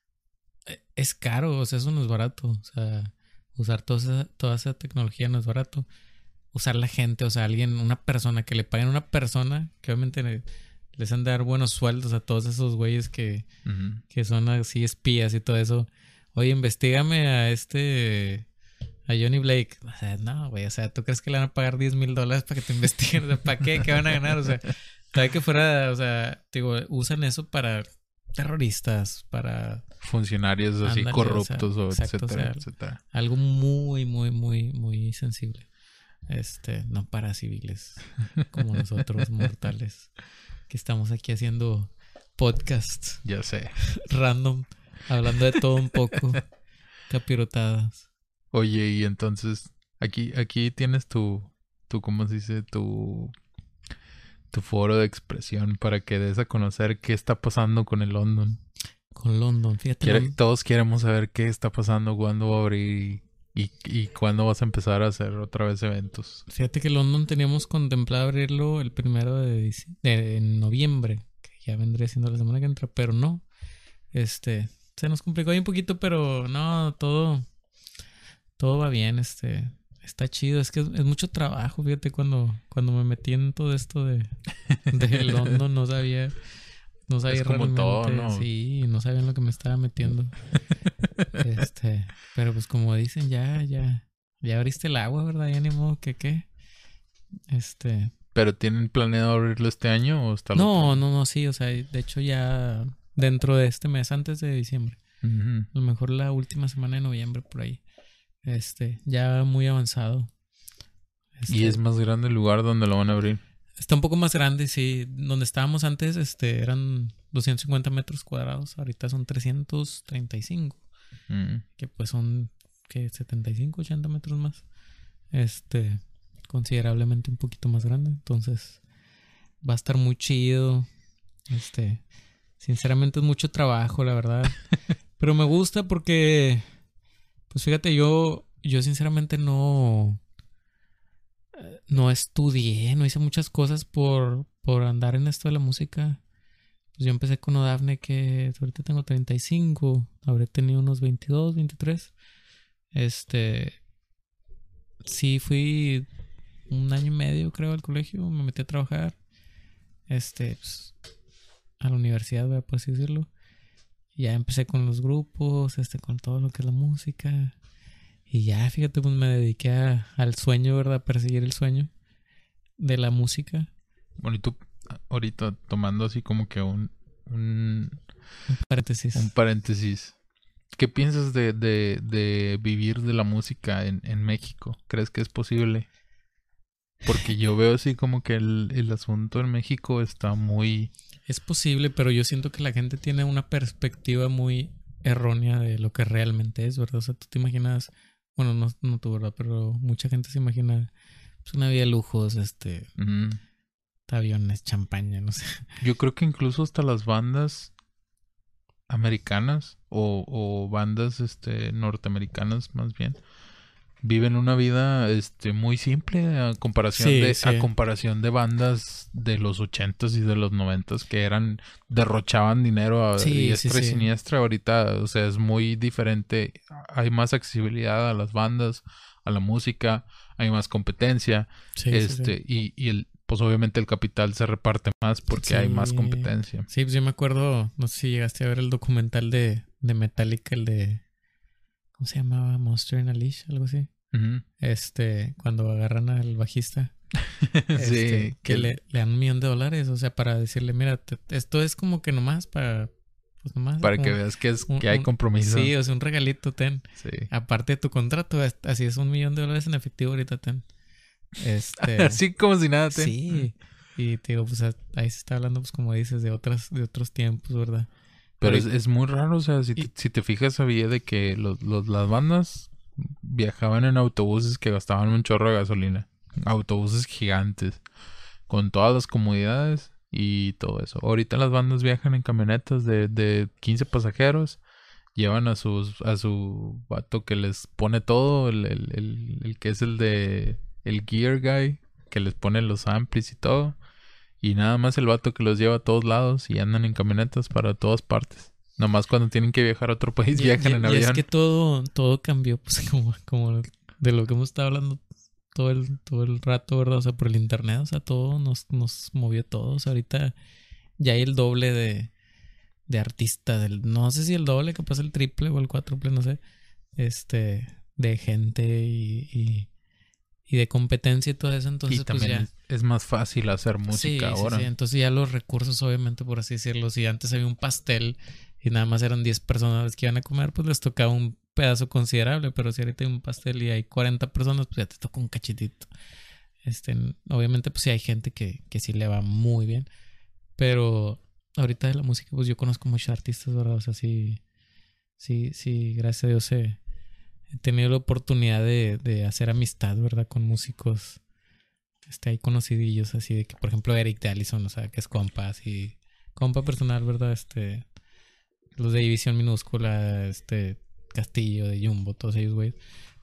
Es caro, o sea, eso no es barato. O sea, usar toda esa tecnología no es barato. Usar la gente, o sea, una persona, que le paguen a una persona, que obviamente les han de dar buenos sueldos a todos esos güeyes que son así espías y todo eso. Oye, investígame a Johnny Blake. O sea, no, güey. O sea, ¿tú crees que le van a pagar $10,000 para que te investiguen? O sea, ¿para qué? ¿Qué van a ganar? O sea, todavía que fuera, o sea, digo, usan eso para terroristas, para... funcionarios así corruptos, o sea, exacto, etcétera, o sea, etcétera. Algo muy, muy, muy, muy sensible. No para civiles como nosotros, mortales, que estamos aquí haciendo podcasts. Ya sé. Random, hablando de todo un poco, capirotadas. Oye, y entonces, aquí tienes ¿cómo se dice? Tu foro de expresión para que des a conocer qué está pasando con el London. Con London, fíjate. Todos queremos saber qué está pasando, cuándo va a abrir y cuándo vas a empezar a hacer otra vez eventos. Fíjate que London teníamos contemplado abrirlo el 1 de noviembre, que ya vendría siendo la semana que entra, pero no. Se nos complicó ahí un poquito, pero no, todo va bien, está chido. Es que es mucho trabajo, fíjate, cuando me metí en todo esto de London, no sabía es como realmente, todo, ¿no? Sí, no sabía en lo que me estaba metiendo. Pero pues como dicen, ya abriste el agua, ¿verdad? Ya ni modo que qué. ¿Pero tienen planeado abrirlo este año o está No, sí, o sea, de hecho ya dentro de este mes, antes de diciembre. Uh-huh. A lo mejor la última semana de noviembre, por ahí. Ya muy avanzado. ¿Y es más grande el lugar donde lo van a abrir? Está un poco más grande, sí. Donde estábamos antes, eran 250 metros cuadrados. Ahorita son 335. Que pues son, 75, 80 metros más. Considerablemente un poquito más grande. Entonces, va a estar muy chido. Sinceramente es mucho trabajo, la verdad. Pero me gusta porque... Pues fíjate, yo sinceramente no estudié, no hice muchas cosas por andar en esto de la música. Pues yo empecé con Odafne, que ahorita tengo 35, habré tenido unos 22, 23. Sí fui 1 año y medio, creo, al colegio, me metí a trabajar. Pues, a la universidad, por así decirlo. Ya empecé con los grupos, con todo lo que es la música. Y ya, fíjate, pues me dediqué al sueño, ¿verdad? A perseguir el sueño de la música. Bueno, y tú ahorita tomando así como que un paréntesis. Un paréntesis. ¿Qué piensas de vivir de la música en México? ¿Crees que es posible? Porque yo veo así como que el asunto en México está muy... Es posible, pero yo siento que la gente tiene una perspectiva muy errónea de lo que realmente es, ¿verdad? O sea, tú te imaginas, bueno, no tú, ¿verdad? Pero mucha gente se imagina pues, una vida de lujos, aviones, champaña, no sé. Yo creo que incluso hasta las bandas americanas o bandas norteamericanas más bien viven una vida muy simple a comparación de bandas de los 80s y de los 90s que derrochaban dinero a diestra y siniestra. Ahorita, o sea, es muy diferente. Hay más accesibilidad a las bandas, a la música, hay más competencia. Pues obviamente el capital se reparte más porque hay más competencia. Sí, pues yo me acuerdo, no sé si llegaste a ver el documental de Metallica, el de ¿cómo se llamaba? Monster in a Leash, algo así. Ujú. Cuando agarran al bajista, Sí, que le dan $1,000,000, o sea, para decirle, mira, esto es como que nomás para, pues nomás, para que como veas que hay compromiso. sí, o sea, un regalito, ten. Sí. Aparte de tu contrato, así es $1,000,000 en efectivo ahorita, ten. Así como si nada. Sí. Y te digo, pues ahí se está hablando, pues como dices, de otros tiempos, ¿verdad? Pero Ahorita- es muy raro, o sea, si te fijas, sabía de que las bandas viajaban en autobuses que gastaban un chorro de gasolina. Autobuses gigantes, con todas las comodidades y todo eso. Ahorita las bandas viajan en camionetas de 15 pasajeros, llevan a su vato que les pone todo, el que es el gear guy, que les pone los amplis y todo. Y nada más el vato que los lleva a todos lados y andan en camionetas para todas partes. Nomás cuando tienen que viajar a otro país viajan en y avión. es que todo cambió, pues como de lo que hemos estado hablando todo el rato, ¿verdad? O sea, por el internet, o sea, todo nos movió todo. O sea, ahorita ya hay el doble de artista, no sé si el doble, capaz el triple o el cuádruple, no sé, de gente y de competencia y todo eso, entonces Y pues también ya. es más fácil hacer música ahora. Sí, entonces ya los recursos, obviamente, por así decirlo, si antes había un pastel y nada más eran 10 personas las que iban a comer, pues les tocaba un pedazo considerable, pero si ahorita hay un pastel y hay 40 personas, pues ya te toca un cachitito. Obviamente, pues sí hay gente que sí le va muy bien, pero ahorita de la música, pues yo conozco muchos artistas, ¿verdad? O sea, sí, gracias a Dios he tenido la oportunidad de hacer amistad, ¿verdad? Con músicos hay conocidillos así de que, por ejemplo, Eric de Allison, o sea, que es compa, así, compa personal, ¿verdad? Los de División Minúscula, Castillo, de Jumbo, todos ellos, güey.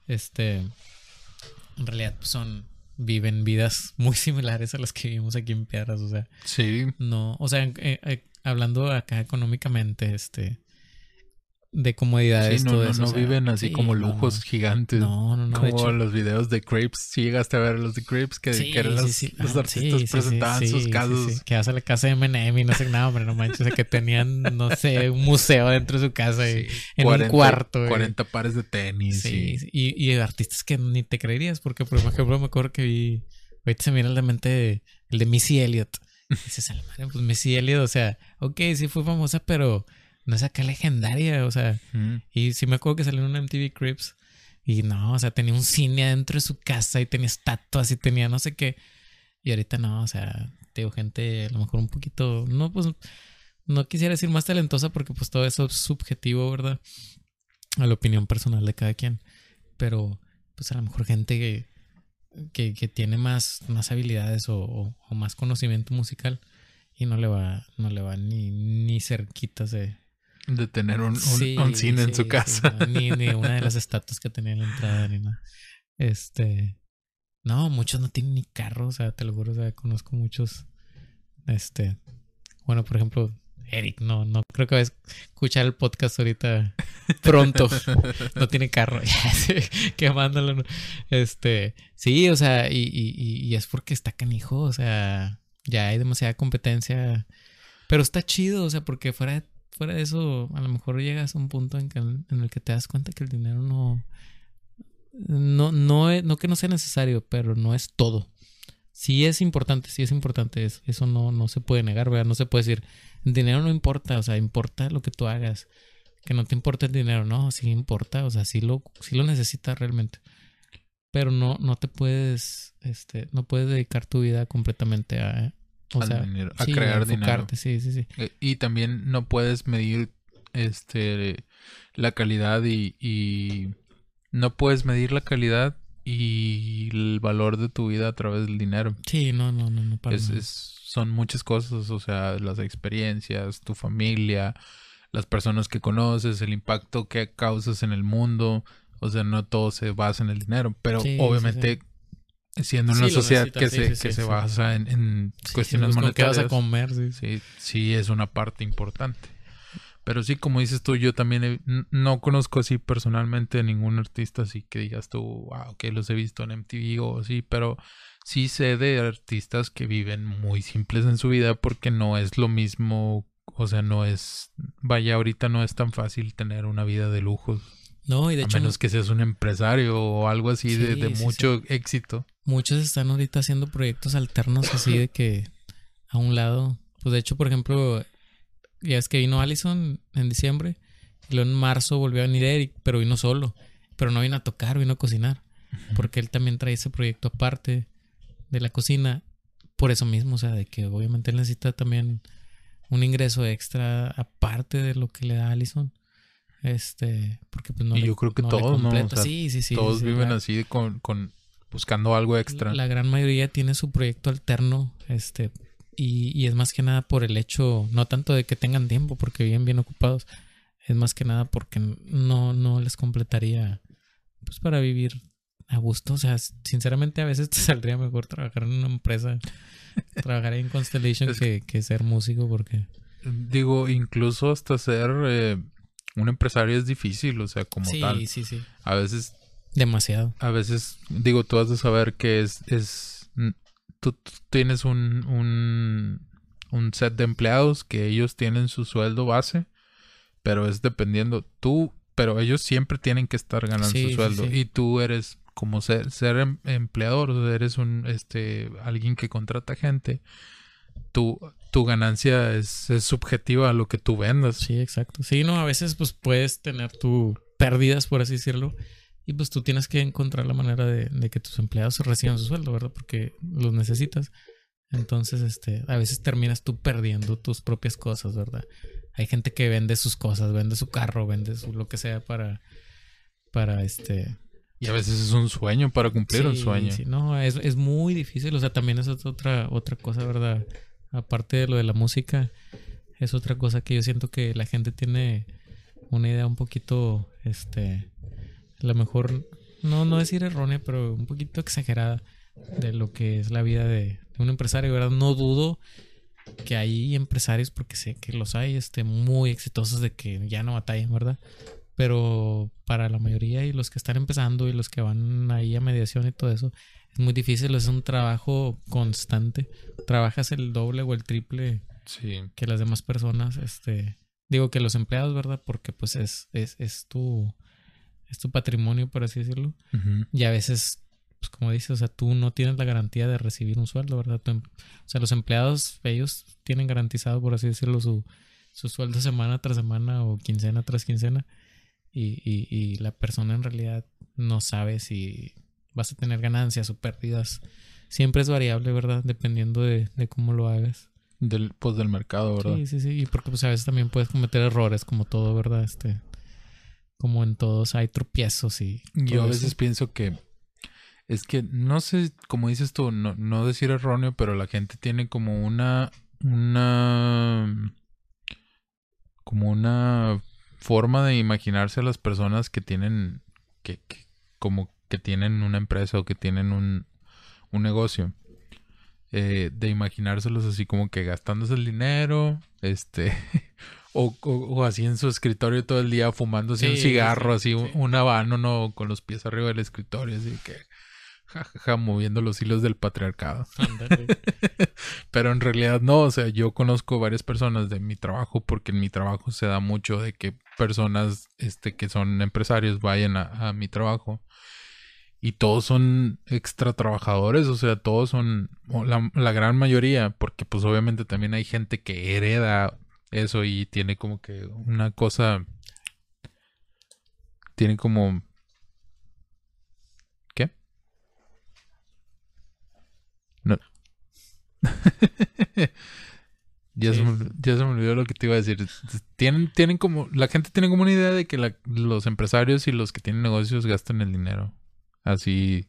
En realidad, pues viven vidas muy similares a las que vivimos aquí en Piedras, o sea. Sí. No, o sea, hablando acá económicamente, de comodidades, Sí, todo eso. no O sea, viven así sí, como lujos gigantes. No. De Como hecho, los videos de Crepes. Si llegaste a ver los de Crepes, que eran los artistas presentaban sus casos. Que vas a la casa de Eminem y no sé, no, hombre, no manches. O sea, que tenían, no sé, un museo dentro de su casa y en 40, un cuarto. 40 pares de tenis. Sí, y artistas que ni te creerías, porque por ejemplo me acuerdo que vi, ahorita se me viene a la mente el de Missy Elliott. Y dices, a la madre, pues Missy Elliott, o sea, ok, sí fue famosa, pero no es acá legendaria, o sea. Y sí me acuerdo que salió en una MTV Cribs y no, o sea, tenía un cine adentro de su casa y tenía estatuas y tenía no sé qué. Y ahorita no, o sea, te digo, gente a lo mejor un poquito, no, pues no quisiera decir más talentosa porque pues todo eso es subjetivo, ¿verdad? A la opinión personal de cada quien. Pero pues a lo mejor gente que tiene más habilidades o más conocimiento musical y no le va ni cerquitas de tener un cine en su casa. No, ni una de las estatuas que tenía en la entrada ni nada. No, muchos no tienen ni carro, o sea, te lo juro, o sea, conozco muchos. Bueno, por ejemplo, Eric, no creo que va a escuchar el podcast ahorita pronto. No tiene carro, quemándolo. ¿No? Sí, o sea, y es porque está canijo, o sea, ya hay demasiada competencia. Pero está chido, o sea, porque fuera de eso, a lo mejor llegas a un punto en el que te das cuenta que el dinero no que no sea necesario, pero no es todo. Sí es importante eso no se puede negar, ¿verdad? No se puede decir, el dinero no importa, o sea, importa lo que tú hagas. Que no te importa el dinero, no, sí importa, o sea, sí lo necesitas realmente. Pero no te puedes, no puedes dedicar tu vida completamente a crear dinero. Sí. Y también no puedes medir la calidad y no puedes medir la calidad y el valor de tu vida a través del dinero. Sí, no son muchas cosas, o sea, las experiencias, tu familia, las personas que conoces, el impacto que causas en el mundo, o sea, no todo se basa en el dinero, pero obviamente siendo una sociedad que se basa en cuestiones monetarias, ¿qué vas a comer? Sí, es una parte importante. Pero sí, como dices tú, yo también no conozco así personalmente ningún artista así que digas tú, wow, que los he visto en MTV o así, pero sí sé de artistas que viven muy simples en su vida porque no es lo mismo, o sea, ahorita no es tan fácil tener una vida de lujos. No, y de A hecho, menos que seas un empresario o algo así de sí, mucho éxito. muchos están ahorita haciendo proyectos alternos así de que a un lado. Pues de hecho, por ejemplo, ya es que vino Allison en diciembre y luego en marzo volvió a venir Eric, pero vino solo. Pero no vino a tocar, vino a cocinar. Porque él también trae ese proyecto aparte de la cocina. Por eso mismo, o sea, de que obviamente él necesita también un ingreso extra aparte de lo que le da Allison. Porque pues no Y le, yo creo que no le todos, ¿no? O completa. sea, Sí. todos Sí. viven así con buscando algo extra. La gran mayoría tiene su proyecto alterno, y es más que nada por el hecho, no tanto de que tengan tiempo, porque viven bien ocupados, es más que nada porque no les completaría, pues para vivir a gusto. O sea, sinceramente a veces te saldría mejor trabajar en una empresa, trabajar en Constellation que ser músico, porque... Digo, incluso hasta ser un empresario es difícil, o sea, como tal. Sí. A veces, Demasiado. digo, tú has de saber que tú tienes un set de empleados que ellos tienen su sueldo base, pero es dependiendo pero ellos siempre tienen que estar ganando su sueldo. Sí. Y tú eres como ser empleador, o sea, eres alguien que contrata gente. Tu ganancia es subjetiva a lo que tú vendas. Sí, exacto. Sí, no, a veces pues puedes tener tu pérdidas, por así decirlo, y pues tú tienes que encontrar la manera de que tus empleados reciban su sueldo, ¿verdad? Porque los necesitas. Entonces, a veces terminas tú perdiendo tus propias cosas, ¿verdad? Hay gente que vende sus cosas, vende su carro, vende lo que sea para Y a veces es un sueño para cumplir un sueño. Sí, no, es muy difícil. O sea, también es otra cosa, ¿verdad? Aparte de lo de la música, es otra cosa que yo siento que la gente tiene una idea un poquito, a lo mejor, no decir errónea, pero un poquito exagerada de lo que es la vida de un empresario, ¿verdad? No dudo que hay empresarios, porque sé que los hay, muy exitosos de que ya no batallan, ¿verdad? Pero para la mayoría y los que están empezando y los que van ahí a mediación y todo eso, es muy difícil, es un trabajo constante. Trabajas el doble o el triple que las demás personas, digo que los empleados, ¿verdad? Porque pues es tu patrimonio, por así decirlo. Uh-huh. Y a veces, pues como dices, o sea, tú no tienes la garantía de recibir un sueldo, ¿verdad? O sea, los empleados, ellos tienen garantizado, por así decirlo, su sueldo semana tras semana o quincena tras quincena. Y la persona en realidad no sabe si vas a tener ganancias o pérdidas. Siempre es variable, ¿verdad? Dependiendo de cómo lo hagas. Del mercado, ¿verdad? Sí. Y porque pues a veces también puedes cometer errores, como todo, ¿verdad? Como en todos hay tropiezos y... Yo a veces pienso que es que, no sé, como dices tú, no decir erróneo, pero la gente tiene como una forma de imaginarse a las personas que tienen como que tienen una empresa o que tienen un negocio, de imaginárselos así como que gastándose el dinero, o así en su escritorio todo el día fumando así un cigarro, así un habano, no, con los pies arriba del escritorio, así que jajaja, moviendo los hilos del patriarcado. Pero en realidad no, o sea, yo conozco varias personas de mi trabajo, porque en mi trabajo se da mucho de que personas que son empresarios vayan a mi trabajo, y todos son extra trabajadores, o sea, todos son, la gran mayoría, porque pues obviamente también hay gente que hereda eso y tiene como que una cosa, tiene como... ¿Qué? No. Ya se me olvidó lo que te iba a decir. Tienen como... La gente tiene como una idea de que los empresarios y los que tienen negocios gastan el dinero así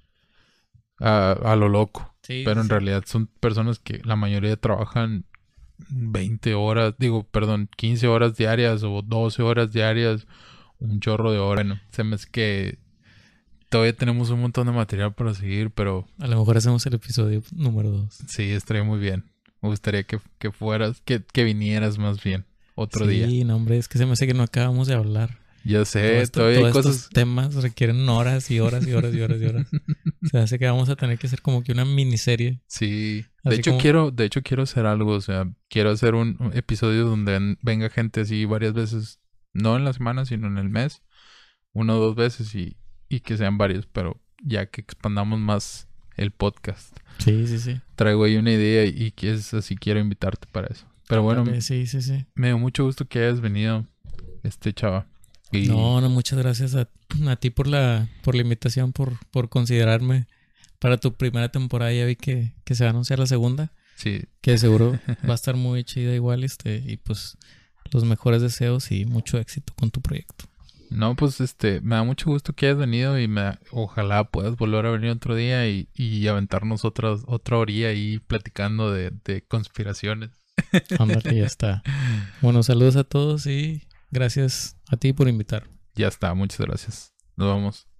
a lo loco. Pero en realidad son personas que la mayoría trabajan 15 horas diarias o 12 horas diarias, un chorro de horas. Bueno, se me hace que todavía tenemos un montón de material para seguir, pero... A lo mejor hacemos el episodio número 2. Sí, estaría muy bien. Me gustaría que fueras, que vinieras más bien otro día. Sí, no, hombre, es que se me hace que no acabamos de hablar. Ya sé, todavía hay cosas... Estos temas requieren horas y horas y horas y horas y horas. Se hace que vamos a tener que hacer como que una miniserie. Sí. De hecho, quiero hacer algo, o sea, quiero hacer un episodio donde venga gente así varias veces, no en la semana, sino en el mes, 1 o 2 veces y que sean varios, pero ya que expandamos más el podcast. Sí, sí, sí. Traigo ahí una idea y que es así, quiero invitarte para eso. Pero bueno, Sí, sí, sí. me dio mucho gusto que hayas venido, chava. Y No, muchas gracias a ti por la invitación, por considerarme para tu primera temporada. Ya vi que se va a anunciar la segunda, sí, que seguro va a estar muy chida igual, y pues los mejores deseos y mucho éxito con tu proyecto. no, pues me da mucho gusto que hayas venido y ojalá puedas volver a venir otro día y aventarnos otra orilla ahí platicando de conspiraciones. Ándale, ya está. Bueno, saludos a todos y gracias a ti por invitar. Ya está, muchas gracias. Nos vemos.